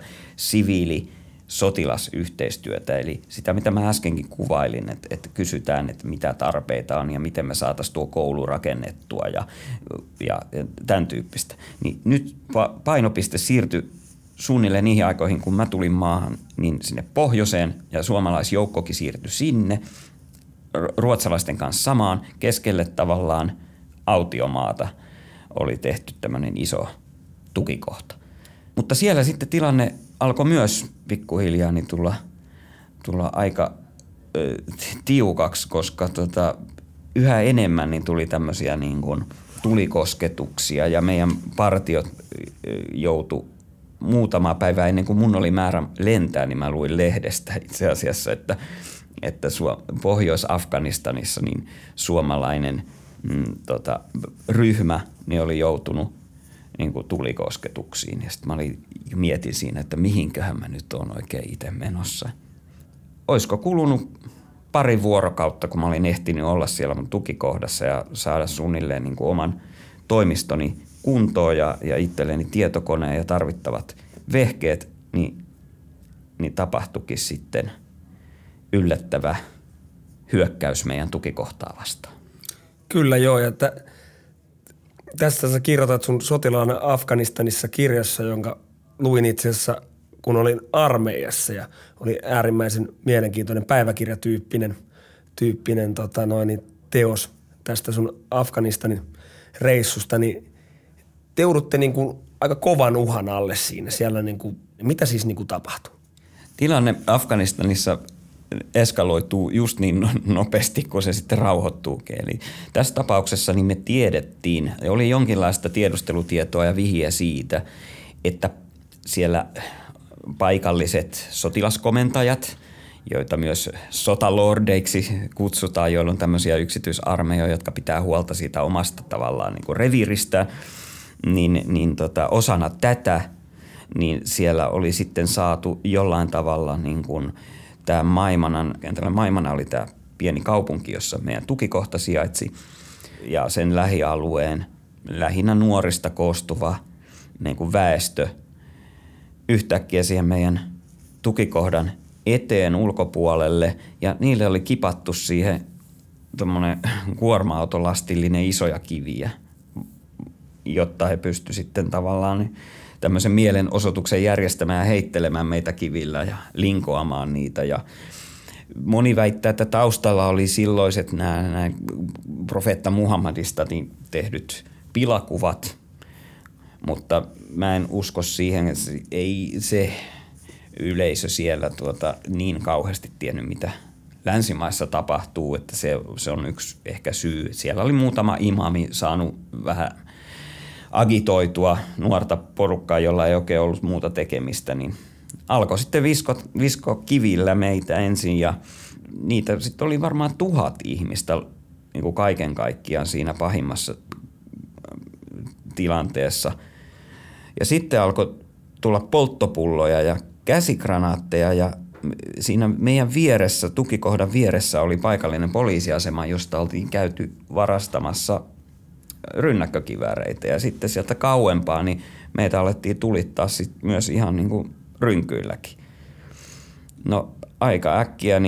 siviili-sotilasyhteistyötä, eli sitä mitä mä äskenkin kuvailin, että kysytään, että mitä tarpeita on ja miten me saataisiin tuo koulu rakennettua ja tämän tyyppistä. Niin nyt painopiste siirtyi suunnilleen niihin aikoihin, kun mä tulin maahan, niin sinne pohjoiseen ja suomalaisjoukkokin siirtyi sinne ruotsalaisten kanssa samaan keskelle tavallaan autiomaata oli tehty tämmöinen iso tukikohta. Mutta siellä sitten tilanne alkoi myös pikkuhiljaa niin tulla aika tiukaksi, koska yhä enemmän niin tuli tämmöisiä niin kuin tulikosketuksia ja meidän partiot joutui muutama päivä ennen kuin mun oli määrä lentää, niin mä luin lehdestä itse asiassa, että Pohjois-Afganistanissa niin suomalainen ryhmä niin oli joutunut niin kuin tulikosketuksiin. Ja sitten mä mietin siinä, että mihinköhän mä nyt oon oikein itse menossa. Olisiko kulunut 2 vuorokautta, kun mä olin ehtinyt olla siellä mun tukikohdassa ja saada suunnilleen niin kuin oman toimistoni kuntoon ja itselleni tietokoneen ja tarvittavat vehkeet, niin tapahtuikin sitten yllättävä hyökkäys meidän tukikohtaa vastaan. Kyllä joo, ja tästä sä kirjoitat sun sotilaana Afganistanissa -kirjassa, jonka luin itse asiassa, kun olin armeijassa ja oli äärimmäisen mielenkiintoinen päiväkirjatyyppinen teos tästä sun Afganistanin reissusta, niin te joudutte niin kuin aika kovan uhan alle siinä. Siellä niin kuin, mitä siis niin kuin tapahtui? Tilanne Afganistanissa eskaloituu just niin nopeasti, kun se sitten rauhoittuukin. Eli tässä tapauksessa niin me tiedettiin, oli jonkinlaista tiedustelutietoa ja vihiä siitä, että siellä paikalliset sotilaskomentajat, joita myös sotalordeiksi kutsutaan, joilla on tämmöisiä yksityisarmeijoja, jotka pitää huolta siitä omasta tavallaan niin kuin reviiristä, niin osana tätä niin siellä oli sitten saatu jollain tavalla niin kuin tämä Maimana oli tämä pieni kaupunki, jossa meidän tukikohta sijaitsi, ja sen lähialueen lähinnä nuorista koostuva niin kuin väestö yhtäkkiä siihen meidän tukikohdan eteen ulkopuolelle, ja niille oli kipattu siihen tommoinen kuorma-autolastillinen isoja kiviä, jotta he pysty sitten tavallaan tämmöisen mielenosoituksen järjestämään ja heittelemään meitä kivillä ja linkoamaan niitä. Ja moni väittää, että taustalla oli silloiset nämä profeetta Muhammadista tehdyt pilakuvat, mutta mä en usko siihen, että ei se yleisö siellä niin kauheasti tiennyt, mitä länsimaissa tapahtuu, että se on yksi ehkä syy. Siellä oli muutama imami saanut vähän agitoitua nuorta porukkaa, jolla ei oikein ollut muuta tekemistä, niin alkoi sitten visko kivillä meitä ensin, ja niitä sitten oli varmaan 1000 ihmistä niin kuin kaiken kaikkiaan siinä pahimmassa tilanteessa. Ja sitten alkoi tulla polttopulloja ja käsikranaatteja, ja siinä meidän vieressä, tukikohdan vieressä oli paikallinen poliisiasema, josta oltiin käyty varastamassa rynnäkkökivääreitä, ja sitten sieltä kauempaa niin meitä alettiin tulittaa sit myös ihan niin kuin rynkyilläkin. No aika äkkiä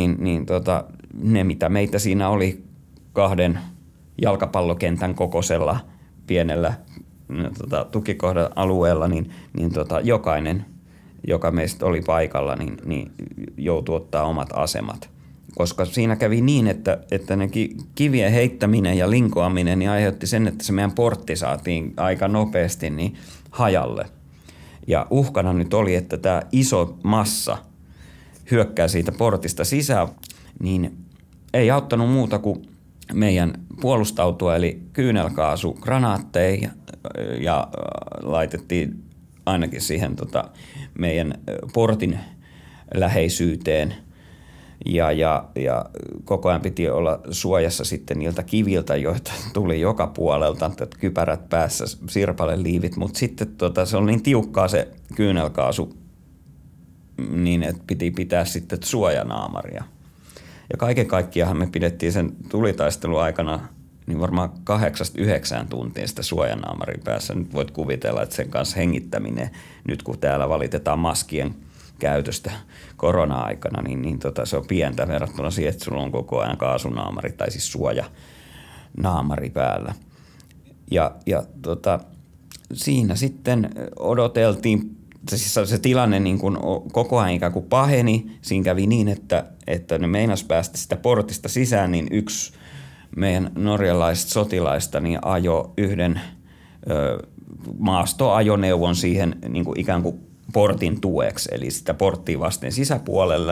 ne mitä meitä siinä oli 2 jalkapallokentän kokoisella pienellä tukikohdan alueella, niin jokainen, joka meistä oli paikalla, niin joutui ottaa omat asemat. Koska siinä kävi niin, että ne kivien heittäminen ja linkoaminen niin aiheutti sen, että se meidän portti saatiin aika nopeasti niin hajalle. Ja uhkana nyt oli, että tämä iso massa hyökkää siitä portista sisään, niin ei auttanut muuta kuin meidän puolustautua, eli kyynelkaasugranaatteja, ja laitettiin ainakin siihen meidän portin läheisyyteen. Ja koko ajan piti olla suojassa sitten niiltä kiviltä, joita tuli joka puolelta, kypärät päässä, sirpaleliivit, mutta sitten se oli niin tiukkaa se kyynelkaasu, niin että piti pitää sitten suojanaamaria. Ja kaiken kaikkiaan me pidettiin sen tulitaistelun aikana niin varmaan 8-9 tuntia sitä suojanaamarin päässä. Nyt voit kuvitella, että sen kanssa hengittäminen, nyt kun täällä valitetaan maskien käytöstä korona-aikana, niin se on pientä verrattuna siihen, että sulla on koko ajan kaasunaamari tai siis suojanaamari päällä. Ja siinä sitten odoteltiin, siis se tilanne niin kuin koko ajan ikään kuin paheni. Siinä kävi niin, että ne meinas päästä sitä portista sisään, niin yksi meidän norjalaisista sotilaista niin ajoi yhden maastoajoneuvon siihen niin kuin ikään kuin portin tueksi, eli sitä porttia vasten sisäpuolelle.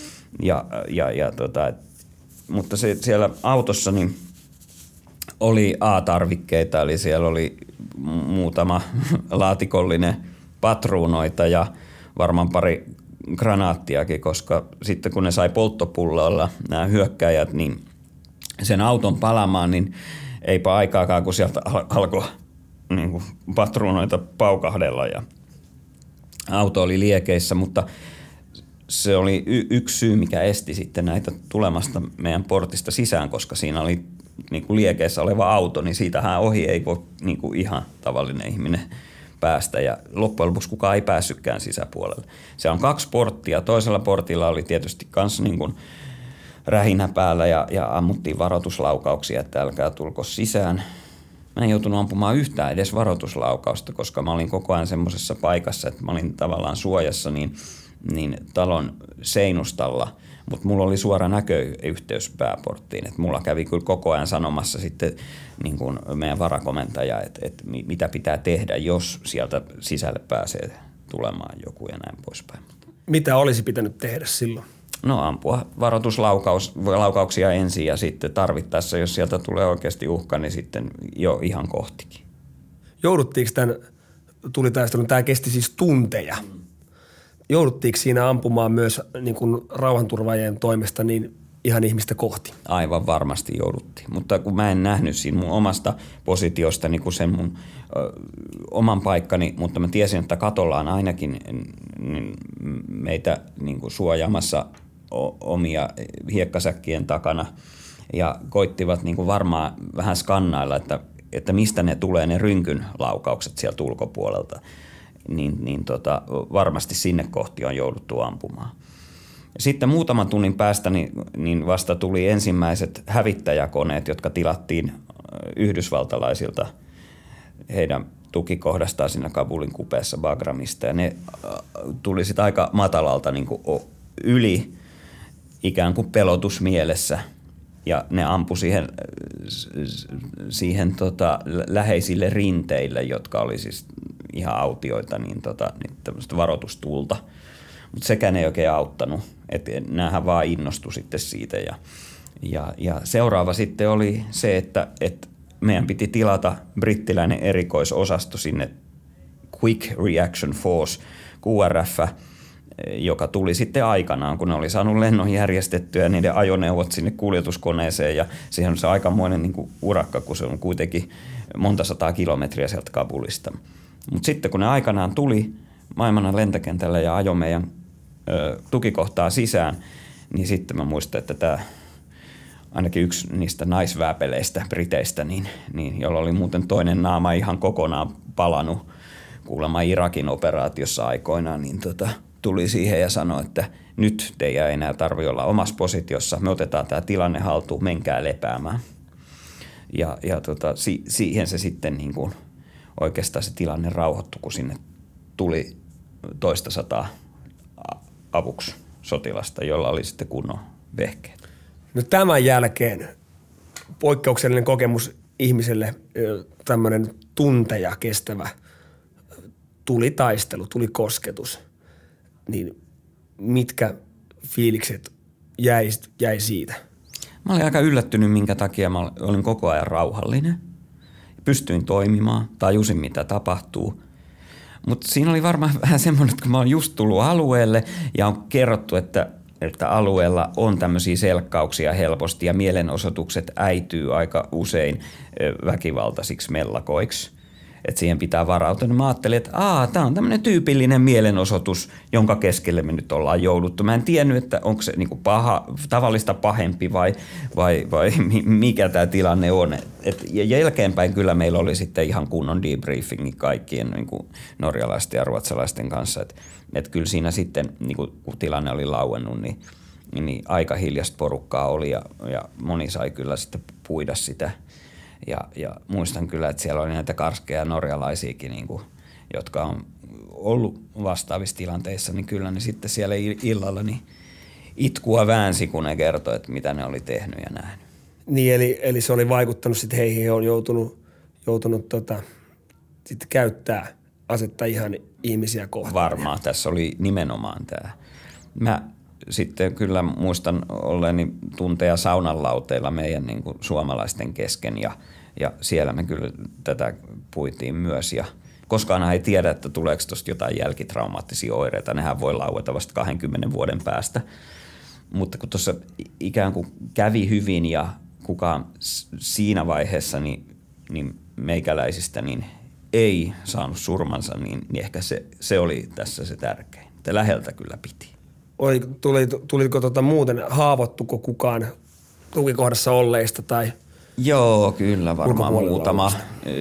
Mutta siellä autossa niin oli A-tarvikkeita, eli siellä oli muutama laatikollinen patruunoita ja varmaan pari granaattiakin, koska sitten kun ne sai polttopulloilla nämä hyökkäjät, niin sen auton palamaan, niin eipä aikaakaan, kun sieltä alkoi niin kuin patruunoita paukahdella ja auto oli liekeissä, mutta se oli yksi syy, mikä esti sitten näitä tulemasta meidän portista sisään, koska siinä oli niin kuin liekeissä oleva auto, niin siitähän ohi ei voi niin kuin ihan tavallinen ihminen päästä, ja loppujen lopuksi kukaan ei päässytkään sisäpuolelle. Se on 2 porttia. Toisella portilla oli tietysti myös niin kuin rähinä päällä ja ammuttiin varoituslaukauksia, että älkää tulko sisään. Mä en joutunut ampumaan yhtään edes varoituslaukausta, koska mä olin koko ajan semmoisessa paikassa, että mä olin tavallaan suojassa, niin niin talon seinustalla, mutta mulla oli suora näköyhteys pääporttiin. Et mulla kävi kyllä koko ajan sanomassa sitten niin kuin meidän varakomentaja, että mitä pitää tehdä, jos sieltä sisälle pääsee tulemaan joku ja näin poispäin. Mitä olisi pitänyt tehdä silloin? No ampua varoituslaukauksia ensin ja sitten tarvittaessa, jos sieltä tulee oikeasti uhka, niin sitten jo ihan kohtikin. Jouduttiinko tämän tulitaistelun, tämä kesti siis tunteja, jouduttiinko siinä ampumaan myös niin kuin rauhanturvaajien toimesta niin ihan ihmistä kohti? Aivan varmasti jouduttiin, mutta kun mä en nähnyt siinä mun omasta positiostani kuin sen mun oman paikkani, mutta mä tiesin, että katolla on ainakin meitä niin kuin suojaamassa omia hiekkasäkkien takana ja koittivat niin kuin varmaan vähän skannailla, että mistä ne tulee ne rynkyn laukaukset sieltä ulkopuolelta, niin varmasti sinne kohti on jouduttu ampumaan. Sitten muutaman tunnin päästä niin vasta tuli ensimmäiset hävittäjäkoneet, jotka tilattiin yhdysvaltalaisilta heidän tukikohdastaan siinä Kabulin kupeessa Bagramista. Ja ne tuli sitten aika matalalta niin kuin yli ikään kuin pelotusmielessä. Ja ne ampui siihen läheisille rinteille, jotka oli siis ihan autioita, niin tämmöistä varoitustulta. Mutta sekään ei oikein auttanut. Että näähän vaan innostui sitten siitä. Ja seuraava sitten oli se, että meidän piti tilata brittiläinen erikoisosasto sinne Quick Reaction Force, QRF, joka tuli sitten aikanaan, kun ne oli saanut lennon järjestettyä niiden ajoneuvot sinne kuljetuskoneeseen. Ja siihen on se aikamoinen niin kuin urakka, kun se on kuitenkin monta 100 kilometriä sieltä Kabulista. Mutta sitten kun ne aikanaan tuli Maimanan lentokentälle ja ajoi meidän tukikohtaa sisään, niin sitten mä muistan, että tämä ainakin yksi niistä naisvääpeleistä Briteistä, niin jolla oli muuten toinen naama ihan kokonaan palannut kuulemma Irakin operaatiossa aikoinaan, niin tuli siihen ja sanoi, että nyt teidän ei enää tarvitse olla omassa positiossa, me otetaan tämä tilanne haltuun, menkää lepäämään. Ja siihen se sitten niin kuin oikeastaan se tilanne rauhoittui, kun sinne tuli 200 avuksi sotilasta, jolla oli sitten kunnon vehkeet. No tämän jälkeen poikkeuksellinen kokemus ihmiselle, tämmöinen tunteja kestävä tulitaistelu, tuli kosketus, niin mitkä fiilikset jäi siitä? Mä olin aika yllättynyt, minkä takia mä olin koko ajan rauhallinen. Pystyin toimimaan, tajusin mitä tapahtuu. Mutta siinä oli varmaan vähän semmoinen, että kun mä oon just tullut alueelle ja on kerrottu, että alueella on tämmöisiä selkkauksia helposti ja mielenosoitukset äityy aika usein väkivaltaisiksi mellakoiksi. Että siihen pitää varautua. Mä ajattelin, että tämä on tämmöinen tyypillinen mielenosoitus, jonka keskelle me nyt ollaan jouduttu. Mä en tiennyt, että onko se niinku tavallista pahempi vai mikä tämä tilanne on. Ja jälkeenpäin kyllä meillä oli sitten ihan kunnon debriefingi kaikkien niinku norjalaisten ja ruotsalaisten kanssa. Että kyllä siinä sitten, niinku, kun tilanne oli lauennut, niin aika hiljasta porukkaa oli ja moni sai kyllä sitten puida sitä. Ja muistan kyllä, että siellä oli näitä karskeja norjalaisiakin, niin kuin, jotka on ollut vastaavissa tilanteissa, niin kyllä ne sitten siellä illalla niin itkua väänsi, kun ne kertoi, että mitä ne oli tehnyt ja nähnyt. Niin, eli se oli vaikuttanut sitten heihin, he on joutunut sitten käyttää asetta ihan ihmisiä kohtaan. Varmaan, tässä oli nimenomaan tämä. Mä sitten kyllä muistan olleeni tunteja saunanlauteilla meidän niin kuin suomalaisten kesken ja siellä me kyllä tätä puitiin myös. Ja koskaan ei tiedä, että tuleeko tuosta jotain jälkitraumaattisia oireita. Nehän voi laueta vasta 20 vuoden päästä. Mutta kun tuossa ikään kuin kävi hyvin ja kukaan siinä vaiheessa niin meikäläisistä niin ei saanut surmansa, niin ehkä se oli tässä se tärkein. Että läheltä kyllä piti. Tuliko muuten, haavoittuko kukaan tukikohdassa olleista tai? Joo, kyllä varmaan muutama.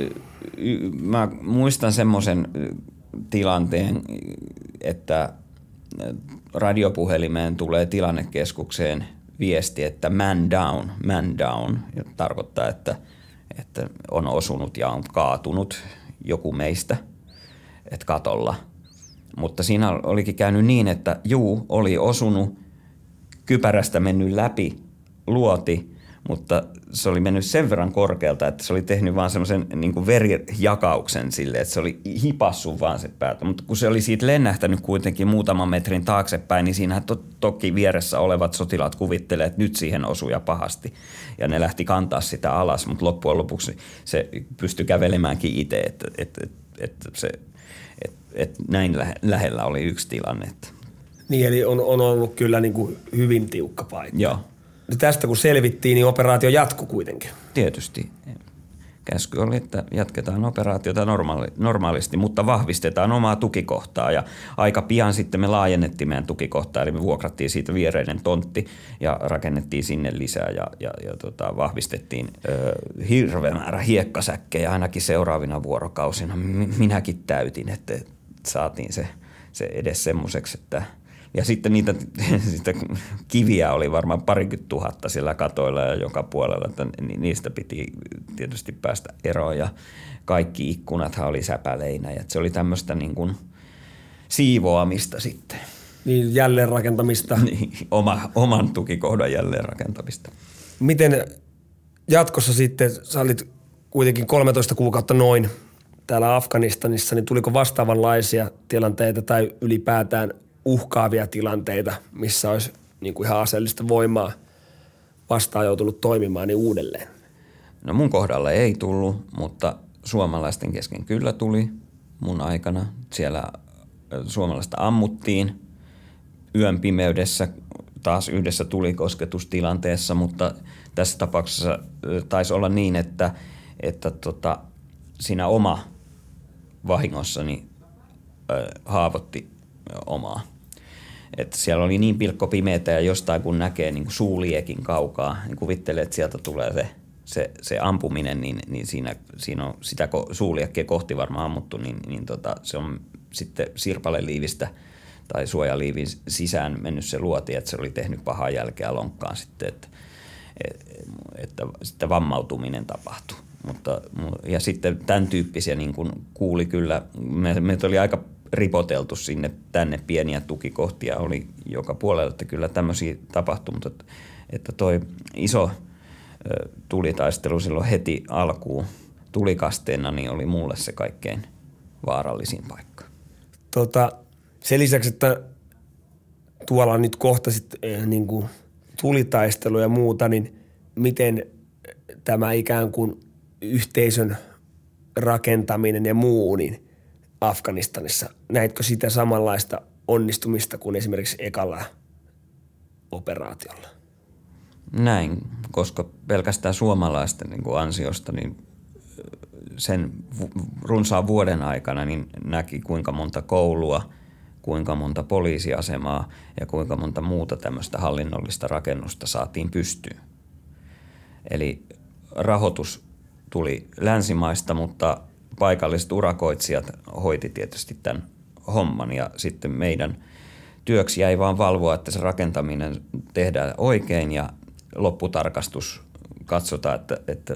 Mä muistan semmoisen tilanteen, että radiopuhelimeen tulee tilannekeskukseen viesti, että man down, ja tarkoittaa, että on osunut ja on kaatunut joku meistä, että katolla. Mutta siinä olikin käynyt niin, että oli osunut, kypärästä mennyt läpi luoti, mutta se oli mennyt sen verran korkealta, että se oli tehnyt vaan semmoisen niin kuin verijakauksen silleen, että se oli hipassut vaan se päätä. Mutta kun se oli siitä lennähtänyt kuitenkin muutaman metrin taaksepäin, niin siinähän toki vieressä olevat sotilaat kuvittelee, että nyt siihen osui ja pahasti. Ja ne lähti kantaa sitä alas, mutta loppujen lopuksi se pystyi kävelemäänkin itse, että näin lähellä oli yksi tilanne. Niin, eli on ollut kyllä niin kuin hyvin tiukka paikka. Joo. Tästä kun selvittiin, niin operaatio jatkui kuitenkin. Tietysti. Käsky oli, että jatketaan operaatiota normaalisti, mutta vahvistetaan omaa tukikohtaa. Ja aika pian sitten me laajennettiin meidän tukikohtaa, eli me vuokrattiin siitä viereinen tontti ja rakennettiin sinne lisää ja vahvistettiin hirveä määrä hiekkasäkkejä ainakin seuraavina vuorokausina. Minäkin täytin, että saatiin se edes semmoiseksi, että... Ja sitten niitä kiviä oli varmaan 20 000 siellä katoilla ja joka puolella, että niistä piti tietysti päästä eroon ja kaikki ikkunathan oli säpäleinä. Ja se oli tämmöistä niin kuin siivoamista sitten. Niin, jälleenrakentamista. Niin, oman tukikohdan jälleenrakentamista. Miten jatkossa sitten, sä olit kuitenkin 13 kuukautta noin täällä Afganistanissa, niin tuliko vastaavanlaisia tilanteita tai ylipäätään uhkaavia tilanteita, missä olisi niin kuin ihan aseellista voimaa vastaan joutunut toimimaan niin uudelleen? No mun kohdalla ei tullut, mutta suomalaisten kesken kyllä tuli mun aikana. Siellä suomalaista ammuttiin yön pimeydessä taas yhdessä tulikosketustilanteessa, mutta tässä tapauksessa taisi olla niin, että siinä oma vahingossani haavoitti omaa. Että siellä oli niin pilkkopimeätä ja jostain kun näkee niin kuin suuliekin kaukaa, niin kuvittelee, että sieltä tulee se ampuminen, niin siinä on sitä suuliekkiä kohti varmaan ammuttu, niin se on sitten sirpaleliivistä tai suojaliivin sisään mennyt se luoti, että se oli tehnyt pahaa jälkeä lonkkaan sitten, että sitten vammautuminen tapahtui. Ja sitten tämän tyyppisiä niin kuin kuuli kyllä, meitä oli aika ripoteltu sinne tänne pieniä tukikohtia oli joka puolella, että kyllä tämmöisiä tapahtui, mutta että toi iso tulitaistelu silloin heti alkuun tulikasteena niin oli mulle se kaikkein vaarallisin paikka. Sen lisäksi, että tuolla nyt kohtasit niin kuin tulitaistelu ja muuta, niin miten tämä ikään kuin yhteisön rakentaminen ja muu, niin Afganistanissa, näitkö sitä samanlaista onnistumista kuin esimerkiksi ekalla operaatiolla? Näin, koska pelkästään suomalaisten niin kuin ansiosta niin sen runsaan vuoden aikana niin näki kuinka monta koulua, kuinka monta poliisiasemaa ja kuinka monta muuta tämmöistä hallinnollista rakennusta saatiin pystyyn. Eli rahoitus tuli länsimaista, mutta paikalliset urakoitsijat hoiti tietysti tämän homman ja sitten meidän työksi jäi vaan valvoa, että se rakentaminen tehdään oikein ja lopputarkastus katsotaan, että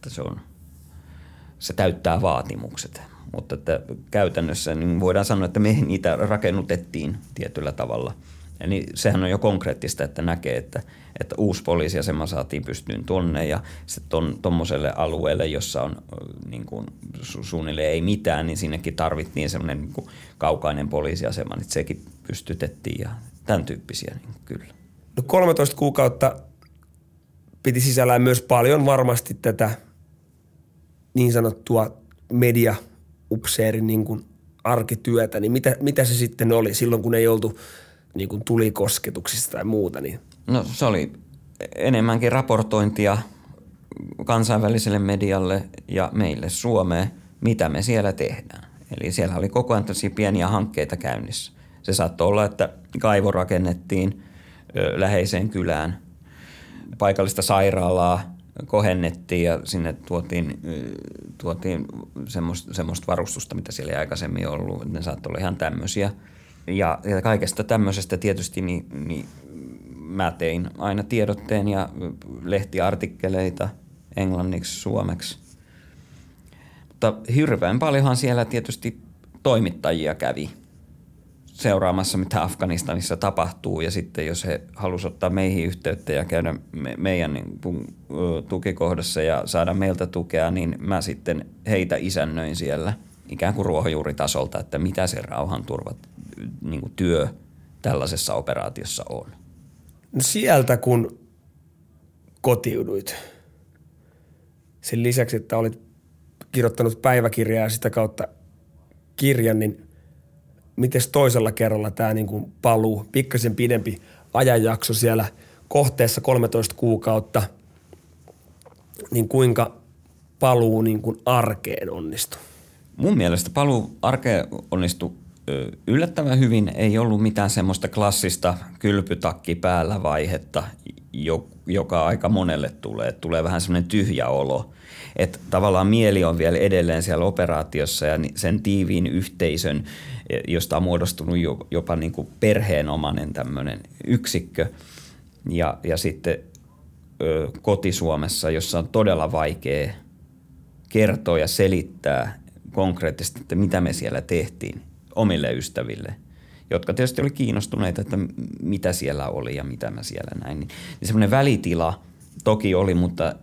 se täyttää vaatimukset. Mutta että käytännössä niin voidaan sanoa, että me niitä rakennutettiin tietyllä tavalla. Eli sehän on jo konkreettista, että näkee, että uusi poliisiasema saatiin pystyyn tonne ja sitten tuommoiselle alueelle, jossa on niin kuin suunnilleen ei mitään, niin sinnekin tarvittiin semmoinen niin kuin kaukainen poliisiasema, niin sekin pystytettiin ja tämän tyyppisiä niin kyllä. No 13 kuukautta piti sisällään myös paljon varmasti tätä niin sanottua media-upseerin niin kuin arkityötä, niin mitä se sitten oli silloin, kun ei oltu niin kuin tulikosketuksista tai muuta? Niin? No se oli enemmänkin raportointia kansainväliselle medialle ja meille Suomeen, mitä me siellä tehdään. Eli siellä oli koko ajan tosi pieniä hankkeita käynnissä. Se saattoi olla, että kaivo rakennettiin läheiseen kylään, paikallista sairaalaa kohennettiin ja sinne tuotiin semmoista varustusta, mitä siellä ei aikaisemmin ollut. Ne saattoi olla ihan tämmöisiä. Ja kaikesta tämmöisestä tietysti niin mä tein aina tiedotteen ja lehtiartikkeleita englanniksi, suomeksi. Mutta hirveän paljonhan siellä tietysti toimittajia kävi. seuraamassa, mitä Afganistanissa tapahtuu, ja sitten jos he halusivat ottaa meihin yhteyttä ja käydä meidän niin tukikohdassa ja saada meiltä tukea, niin mä sitten heitä isännöin siellä ikään kuin ruohonjuuritasolta, että mitä se rauhanturva niin kuin työ tällaisessa operaatiossa on. No sieltä kun kotiuduit, sen lisäksi, että olit kirjoittanut päiväkirjaa ja sitä kautta kirjan, niin mites toisella kerralla tämä niin kuin paluu, pikkasen pidempi ajanjakso siellä kohteessa 13 kuukautta, niin kuinka paluu niin kuin arkeen onnistui? Mun mielestä paluu arkeen onnistui yllättävän hyvin. Ei ollut mitään semmoista klassista kylpytakki päällä vaihetta, joka aika monelle tulee. Tulee vähän semmoinen tyhjä olo. Että tavallaan mieli on vielä edelleen siellä operaatiossa ja sen tiiviin yhteisön, josta on muodostunut jopa niin kuin perheenomainen tämmöinen yksikkö. Ja sitten koti-Suomessa, jossa on todella vaikea kertoa ja selittää konkreettisesti, että mitä me siellä tehtiin omille ystäville, jotka tietysti oli kiinnostuneita, että mitä siellä oli ja mitä mä siellä näin. Niin semmoinen välitila toki oli, mutta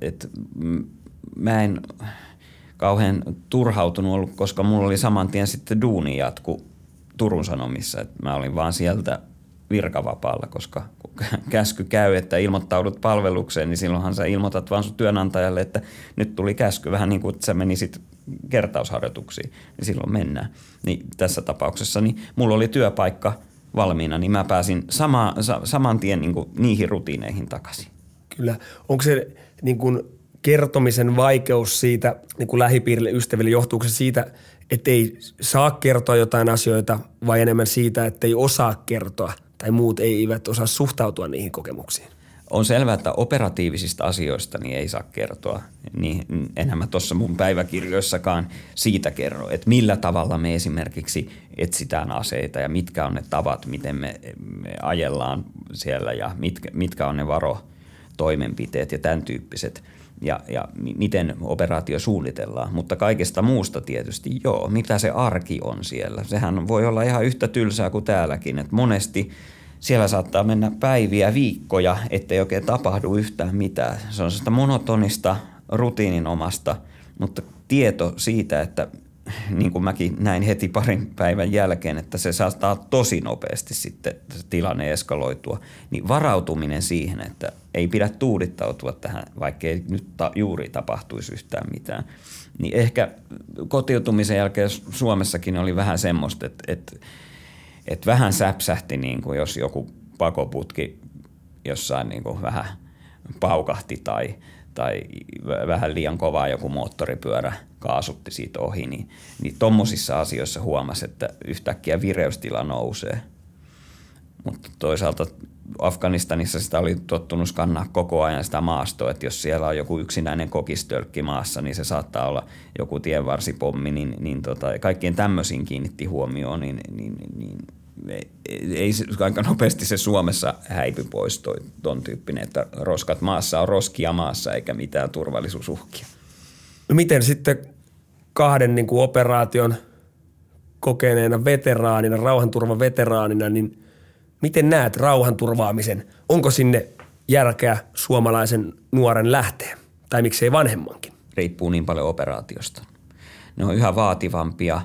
mä en kauhean turhautunut ollut, koska mulla oli saman tien sitten duuni jatku Turun Sanomissa. Että mä olin vaan sieltä virkavapaalla, koska kun käsky käy, että ilmoittaudut palvelukseen, niin silloinhan sä ilmoitat vaan sun työnantajalle, että nyt tuli käsky, vähän niin kuin että sä menisit kertausharjoituksiin, niin silloin mennään. Niin tässä tapauksessa niin mulla oli työpaikka valmiina, niin mä pääsin saman tien niin kuin niihin rutiineihin takaisin. Kyllä. Onko se niin kuin kertomisen vaikeus siitä niin kuin lähipiirille, ystäville, johtuuko se siitä, että ei saa kertoa jotain asioita vai enemmän siitä, että ei osaa kertoa tai muut eivät osaa suhtautua niihin kokemuksiin? On selvää, että operatiivisista asioista niin ei saa kertoa. Niin enhän mä tuossa mun päiväkirjoissakaan siitä kerro, että millä tavalla me esimerkiksi etsitään aseita ja mitkä on ne tavat, miten me ajellaan siellä ja mitkä on ne varotoimenpiteet ja tämän tyyppiset. Ja miten operaatio suunnitellaan, mutta kaikesta muusta tietysti joo, mitä se arki on siellä. Sehän voi olla ihan yhtä tylsää kuin täälläkin, että monesti siellä saattaa mennä päiviä, viikkoja, ettei oikein tapahdu yhtään mitään. Se on sellaista monotonista, rutiininomasta, mutta tieto siitä, että niin kuin mäkin näin heti parin päivän jälkeen, että se saattaa tosi nopeasti sitten se tilanne eskaloitua, niin varautuminen siihen, että ei pidä tuudittautua tähän, vaikka ei nyt juuri tapahtuisi yhtään mitään. Niin ehkä kotiutumisen jälkeen Suomessakin oli vähän semmoista, että vähän säpsähti, niin kuin jos joku pakoputki jossain niin kuin vähän paukahti tai vähän liian kovaa joku moottoripyörä kaasutti siitä ohi, niin tommosissa asioissa huomasi, että yhtäkkiä vireystila nousee. Mutta toisaalta Afganistanissa sitä oli tottunut skannaa koko ajan sitä maastoa, että jos siellä on joku yksinäinen kokistölkki maassa, niin se saattaa olla joku tienvarsipommi, niin kaikkien tämmöisiin kiinnitti huomioon, niin ei aika nopeasti se Suomessa häipy pois ton tyyppinen, että roskat maassa on roskia maassa eikä mitään turvallisuusuhkia. No miten sitten kahden niin kuin operaation kokeneena veteraanina, rauhanturvaveteraanina, niin miten näet rauhanturvaamisen? Onko sinne järkeä suomalaisen nuoren lähteä tai miksei vanhemmankin? Riippuu niin paljon operaatiosta. Ne on yhä vaativampia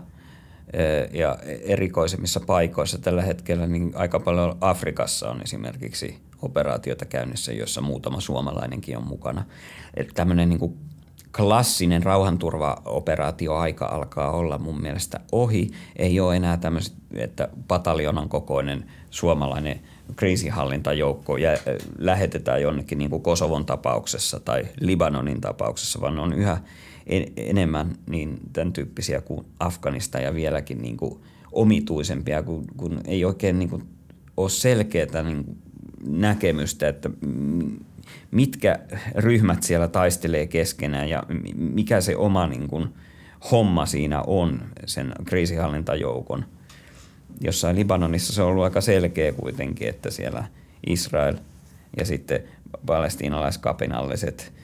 ja erikoisemmissa paikoissa tällä hetkellä, niin aika paljon Afrikassa on esimerkiksi operaatioita käynnissä, joissa muutama suomalainenkin on mukana. Eli tämmöinen niin kuin klassinen rauhanturvaoperaatioaika alkaa olla mun mielestä ohi. Ei ole enää tämmöiset, että pataljonan kokoinen suomalainen kriisinhallintajoukko lähetetään jonnekin niin kuin Kosovon tapauksessa tai Libanonin tapauksessa, vaan on yhä enemmän niin tämän tyyppisiä kuin Afganistan ja vieläkin niin kuin omituisempia, kun ei oikein niin kuin ole selkeää niin kuin näkemystä, että mitkä ryhmät siellä taistelee keskenään ja mikä se oma niin kuin homma siinä on sen kriisinhallintajoukon. Jossain Libanonissa se on ollut aika selkeä kuitenkin, että siellä Israel ja sitten palestiinalaiskapinalliset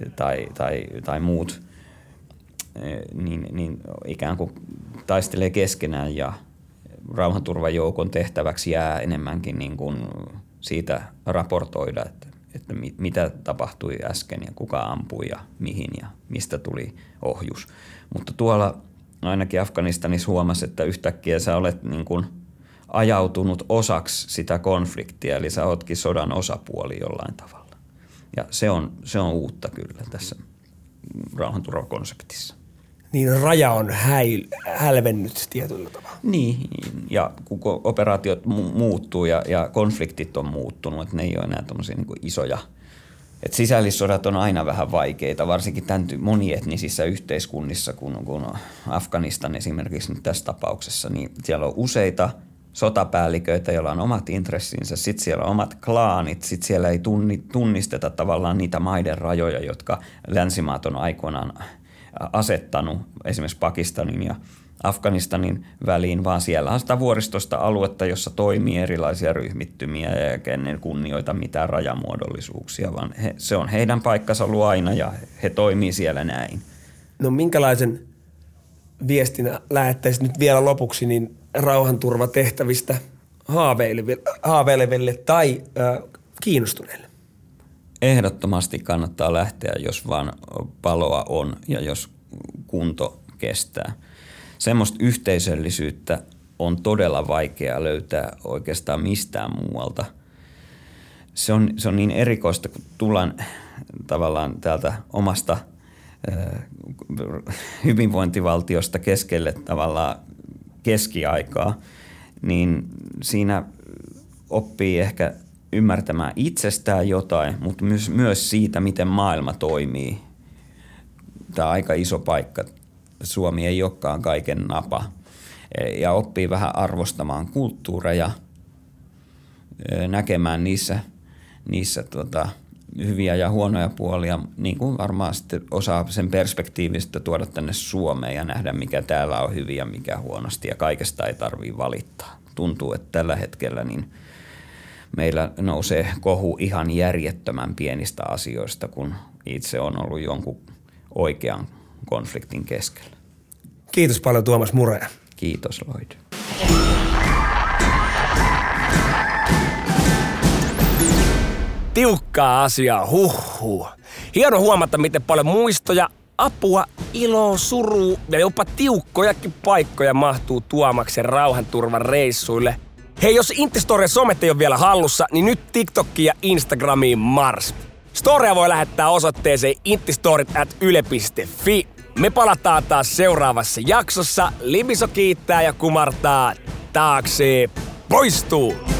tai muut niin ikään kuin taistelee keskenään ja rauhanturvajoukon tehtäväksi jää enemmänkin niin kuin siitä raportoida, että mitä tapahtui äsken ja kuka ampui ja mihin ja mistä tuli ohjus. Mutta tuolla ainakin Afganistanissa huomasi, että yhtäkkiä sä olet niin kuin ajautunut osaksi sitä konfliktia, eli sä ootkin sodan osapuoli jollain tavalla. Ja se on uutta kyllä tässä rauhanturvakonseptissa. Niin raja on hälvennyt tietyllä tavalla. Niin, ja kun operaatiot muuttuu ja konfliktit on muuttunut, että ne ei ole enää tommosia niin kuin isoja. Et sisällissodat on aina vähän vaikeita, varsinkin monietnisissä yhteiskunnissa, kun Afganistan esimerkiksi nyt tässä tapauksessa, niin siellä on useita sotapäälliköitä, joilla on omat intressinsä, sitten siellä on omat klaanit, sitten siellä ei tunnisteta tavallaan niitä maiden rajoja, jotka länsimaat on aikoinaan asettanut esimerkiksi Pakistanin ja Afganistanin väliin, vaan siellä on sitä vuoristosta aluetta, jossa toimii erilaisia ryhmittymiä ja ne kunnioita mitään rajamuodollisuuksia, vaan se on heidän paikkansa ollut aina ja he toimii siellä näin. No minkälaisen viestin lähettäisit nyt vielä lopuksi niin rauhanturvatehtävistä haaveileville tai kiinnostuneille? Ehdottomasti kannattaa lähteä, jos vaan paloa on ja jos kunto kestää. Semmoista yhteisöllisyyttä on todella vaikea löytää oikeastaan mistään muualta. Se on niin erikoista, kun tullaan tavallaan täältä omasta hyvinvointivaltiosta keskelle tavallaan keskiaikaa, niin siinä oppii ehkä ymmärtämään itsestään jotain, mutta myös siitä, miten maailma toimii. Tämä on aika iso paikka. Suomi ei olekaan kaiken napa. Ja oppii vähän arvostamaan kulttuureja, näkemään niissä hyviä ja huonoja puolia, niin kuin varmaan sitten osaa sen perspektiivistä tuoda tänne Suomeen ja nähdä, mikä täällä on hyvin ja mikä huonosti, ja kaikesta ei tarvitse valittaa. Tuntuu, että tällä hetkellä niin meillä nousee kohu ihan järjettömän pienistä asioista, kun itse on ollut jonkun oikean konfliktin keskellä. Kiitos paljon Tuomas Mureja. Kiitos Lloyd. Tiukkaa asiaa, huhhuh. Hieno huomata, miten paljon muistoja, apua, iloa, surua ja jopa tiukkojakin paikkoja mahtuu Tuomaksen rauhanturvan reissuille. Hei, jos Intti-Story somet ei ole vielä hallussa, niin nyt TikTokiin ja Instagramiin mars. Storia voi lähettää osoitteeseen inttistorit@yle.fi. Me palataan taas seuraavassa jaksossa. Libiso kiittää ja kumartaa. Taakse poistuu!